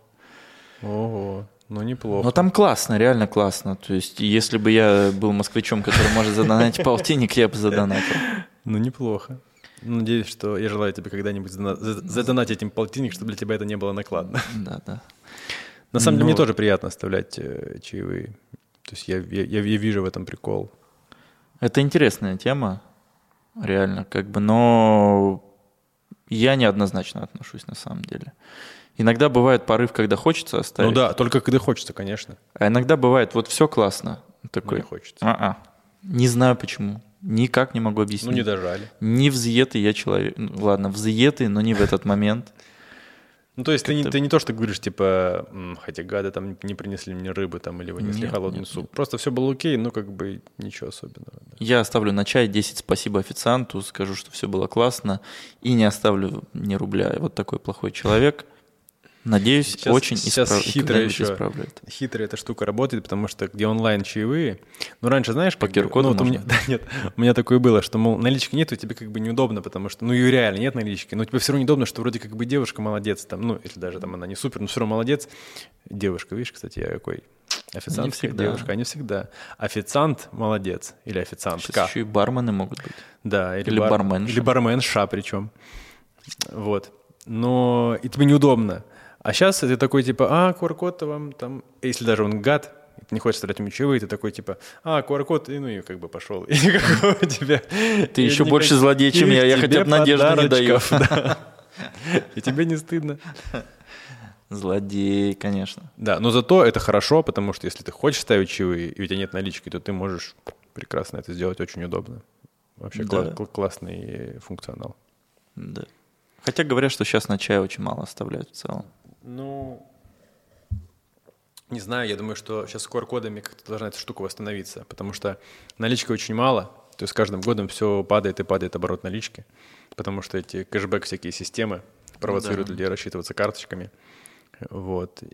ого, ну неплохо. Но там классно, реально классно. То есть, если бы я был москвичом, который может задонатить полтинник, я бы задонатил. Ну неплохо. Надеюсь, что я желаю тебе когда-нибудь задона- за- задонатить им полтинник, чтобы для тебя это не было накладно. Да, да. На самом деле Ну- мне тоже приятно оставлять э, чаевые. То есть я, я, я- я вижу в этом прикол. Это интересная тема, реально, как бы, но я неоднозначно отношусь на самом деле. Иногда бывает порыв, когда хочется оставить. Ну да, только когда хочется, конечно. А иногда бывает, вот все классно. Такой, Не хочется. а-а. Не знаю почему. Никак не могу объяснить. Ну не дожали. Не взъетый я человек. Ну, ладно, взъетый, но не в этот момент. Ну, то есть ты не, Как-то- ты не то, что говоришь, типа, «М, хотя гады там не принесли мне рыбы там или вынесли Нет, холодный нет, суп. нет. Просто все было окей, ну как бы ничего особенного. да. Я оставлю на чай десять спасибо официанту, скажу, что все было классно, и не оставлю ни рубля. Вот такой плохой человек. Надеюсь, Сейчас- очень сейчас исправ... хитро когда-нибудь еще. исправлю это. Хитрая эта штука работает, потому что где онлайн чаевые, ну раньше, знаешь, По как ку ар бы, коду ну, вот у можно? меня, да, нет, у меня такое было, что, мол, налички нет, и тебе как бы неудобно, потому что, ну, и реально нет налички, но тебе все равно неудобно, что вроде как бы девушка молодец, там, ну, если даже там она не супер, но все равно молодец. Девушка, видишь, кстати, я какой официантская всегда. девушка, а не всегда. Официант молодец или официантка. Сейчас еще и бармены могут быть. Да, или, Или бар- барменша. Или барменша причем. Вот. Но и тебе неудобно. А сейчас ты такой, типа, а, ку ар код-то вам там... Если даже он гад, и ты не хочешь тратить ключевые, ты такой, типа, а, ку ар код, и ну и как бы пошел. И никакого тебе... Ты еще больше злодей, чем я. Я хотя бы надежды не даю. И тебе не стыдно. Злодей, конечно. Да, но зато это хорошо, потому что если ты хочешь ставить чаевые, и у тебя нет налички, то ты можешь прекрасно это сделать, очень удобно. Вообще Да. кла- кла- классный функционал. Да. Хотя говорят, что сейчас на чай очень мало оставляют в целом. Ну, не знаю, я думаю, что сейчас с ку ар кодами как-то должна эта штука восстановиться, потому что налички очень мало, то есть с каждым годом все падает и падает оборот налички, потому что эти кэшбэк всякие системы провоцируют да. людей рассчитываться карточками, вот,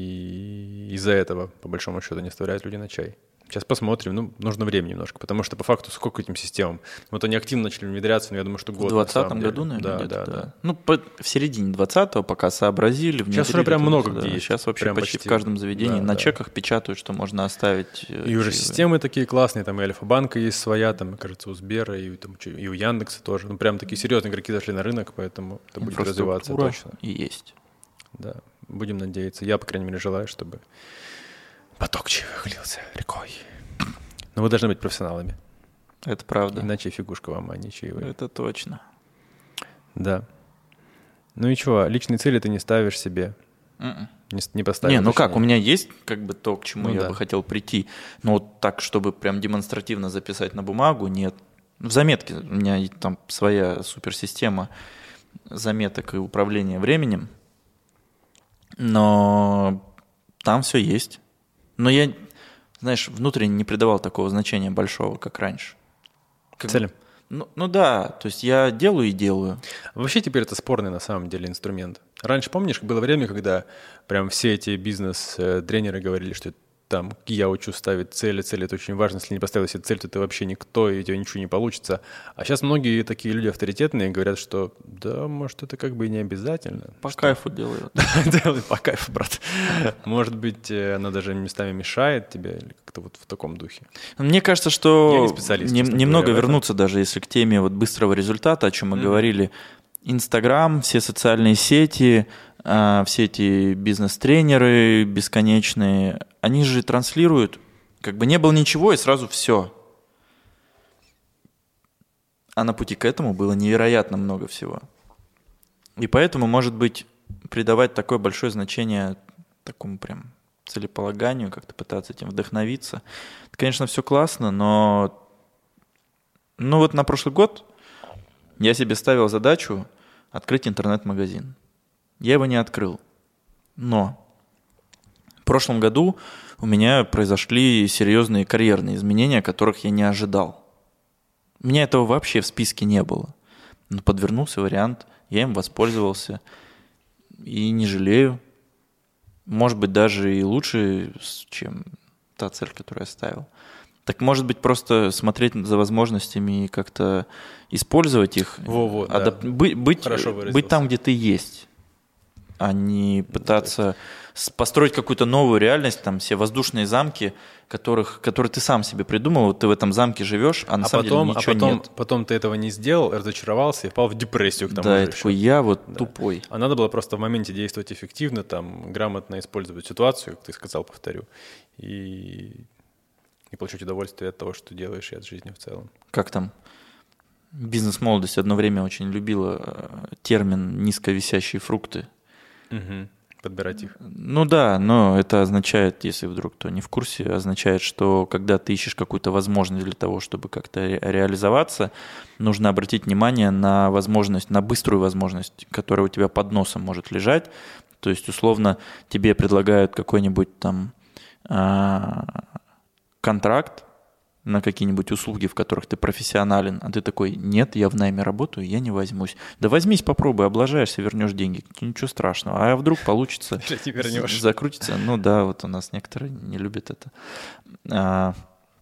и из-за этого, по большому счету, не оставляют люди на чай. Сейчас посмотрим, ну, нужно время немножко, потому что по факту сколько этим системам? Вот они активно начали внедряться, но я думаю, что год. В на двадцатом самом деле. году, наверное, да, где-то, да, да. да. Ну, по- в середине двадцатого, пока сообразили, внедрили. Сейчас уже прям много туда-сюда. где есть. Сейчас вообще Прям почти, почти. в каждом заведении Да, на да. чеках печатают, что можно оставить. э, И уже чаевые. системы такие классные, там и Альфа-банка есть своя, там, кажется, у Сбера, и, там, чё- и у Яндекса тоже. Ну, прям такие серьезные игроки зашли на рынок, поэтому это будет развиваться Инфраструктура точно. И есть. Да, будем надеяться. Я, по крайней мере, желаю, чтобы поток чаевых лился рекой. Но вы должны быть профессионалами, Это правда. иначе фигушка вам, а не чаевые. Это точно. Да. Ну и чего, личные цели ты не ставишь себе, М-м. не, с- не поставил. Не, ну как, точнее. у меня есть как бы то, к чему Ну я да. бы хотел прийти, но вот так, чтобы прям демонстративно записать на бумагу, нет. В заметке у меня и там своя суперсистема. заметок и управления временем, но там все есть. Но я, знаешь, внутренне не придавал такого значения большого, как раньше. Как... Целям? Ну, ну да, то есть я делаю и делаю. Вообще теперь это спорный на самом деле инструмент. Раньше, помнишь, было время, когда прям все эти бизнес-тренеры говорили, что там я учу ставить цели, цели это очень важно, если не поставил себе цель, то ты вообще никто, и у тебя ничего не получится. А сейчас многие такие люди авторитетные говорят, что да, может, это как бы и не обязательно. По что... кайфу делаю. Делай по кайфу, брат. Может быть, она даже местами мешает тебе, или как-то вот в таком духе. Мне кажется, что Я не специалист, нем- честно немного говоря, в этом. вернуться даже, если к теме вот быстрого результата, о чем мы Мгм. говорили. Инстаграм, все социальные сети, а, все эти бизнес-тренеры бесконечные, они же транслируют, как бы не было ничего и сразу все. А на пути к этому было невероятно много всего. И поэтому, может быть, придавать такое большое значение такому прям целеполаганию, как-то пытаться этим вдохновиться. Это, конечно, все классно, но ну вот на прошлый год я себе ставил задачу открыть интернет-магазин. Я его не открыл. Но в прошлом году у меня произошли серьезные карьерные изменения, которых я не ожидал. У меня этого вообще в списке не было. Но подвернулся вариант, я им воспользовался. И не жалею. Может быть, даже и лучше, чем та цель, которую я ставил. Так может быть, просто смотреть за возможностями и как-то использовать их. Во-во, да. Адап- быть, быть, Хорошо выразился. быть там, где ты есть, а не пытаться с- построить какую-то новую реальность, там все воздушные замки, которых, которые ты сам себе придумал. Вот ты в этом замке живешь, а на А самом потом, деле а ничего потом, нет. потом ты этого не сделал, разочаровался и впал в депрессию к тому Да, же я еще. такой, я вот Да. тупой. А надо было просто в моменте действовать эффективно, там, грамотно использовать ситуацию, как ты сказал, повторю, и, и получать удовольствие от того, что делаешь, и от жизни в целом. Как там? Бизнес-молодость одно время очень любила э, термин «низковисящие фрукты». Угу. Подбирать их. Ну да, но это означает, если вдруг кто не в курсе, означает, что когда ты ищешь какую-то возможность для того, чтобы как-то ре- реализоваться, нужно обратить внимание на возможность, на быструю возможность, которая у тебя под носом может лежать. То есть, условно, тебе предлагают какой-нибудь там а, контракт на какие-нибудь услуги, в которых ты профессионален, а ты такой, нет, я в найме работаю, я не возьмусь. Да возьмись, попробуй, облажаешься, вернешь деньги, ничего страшного. А вдруг получится, Если не вернешь. з- закрутится. Ну да, вот у нас некоторые не любят это. А,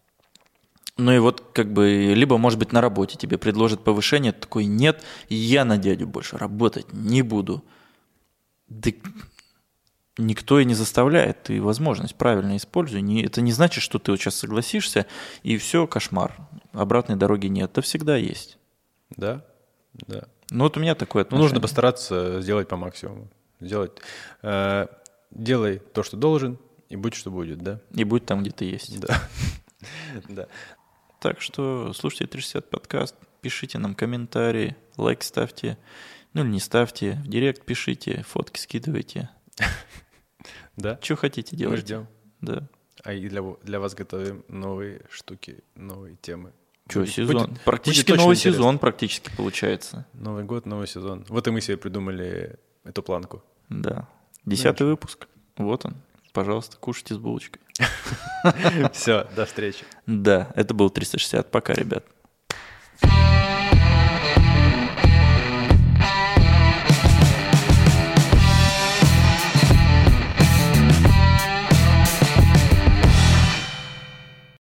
ну и вот как бы, либо, может быть, на работе тебе предложат повышение, ты такой, нет, я на дядю больше работать не буду. Да никто и не заставляет, ты возможность правильно используй. Не, это не значит, что ты вот сейчас согласишься, и все, кошмар. Обратной дороги нет. Это всегда есть. Да, да. Ну вот у меня такое Ну, отношение. нужно постараться сделать по максимуму. Сделать, э, делай то, что должен, и будь, что будет, да? И будь там, где ты есть. Да. Да. Так что слушайте триста шестьдесят подкаст, пишите нам комментарии, лайк ставьте, ну или не ставьте, в директ пишите, фотки скидывайте. Да. Что хотите Мы делать? ждем. Да. А и для, во- для вас готовим новые штуки, новые темы. Что, Будет- сезон? будет- практически будет новый очень интересно. сезон практически получается. Новый год, новый сезон. Вот и мы себе придумали эту планку. Да. Десятый выпуск. Вот он. Пожалуйста, кушайте с булочкой. Все, до встречи. Да, это был триста шестьдесят. Пока, ребят.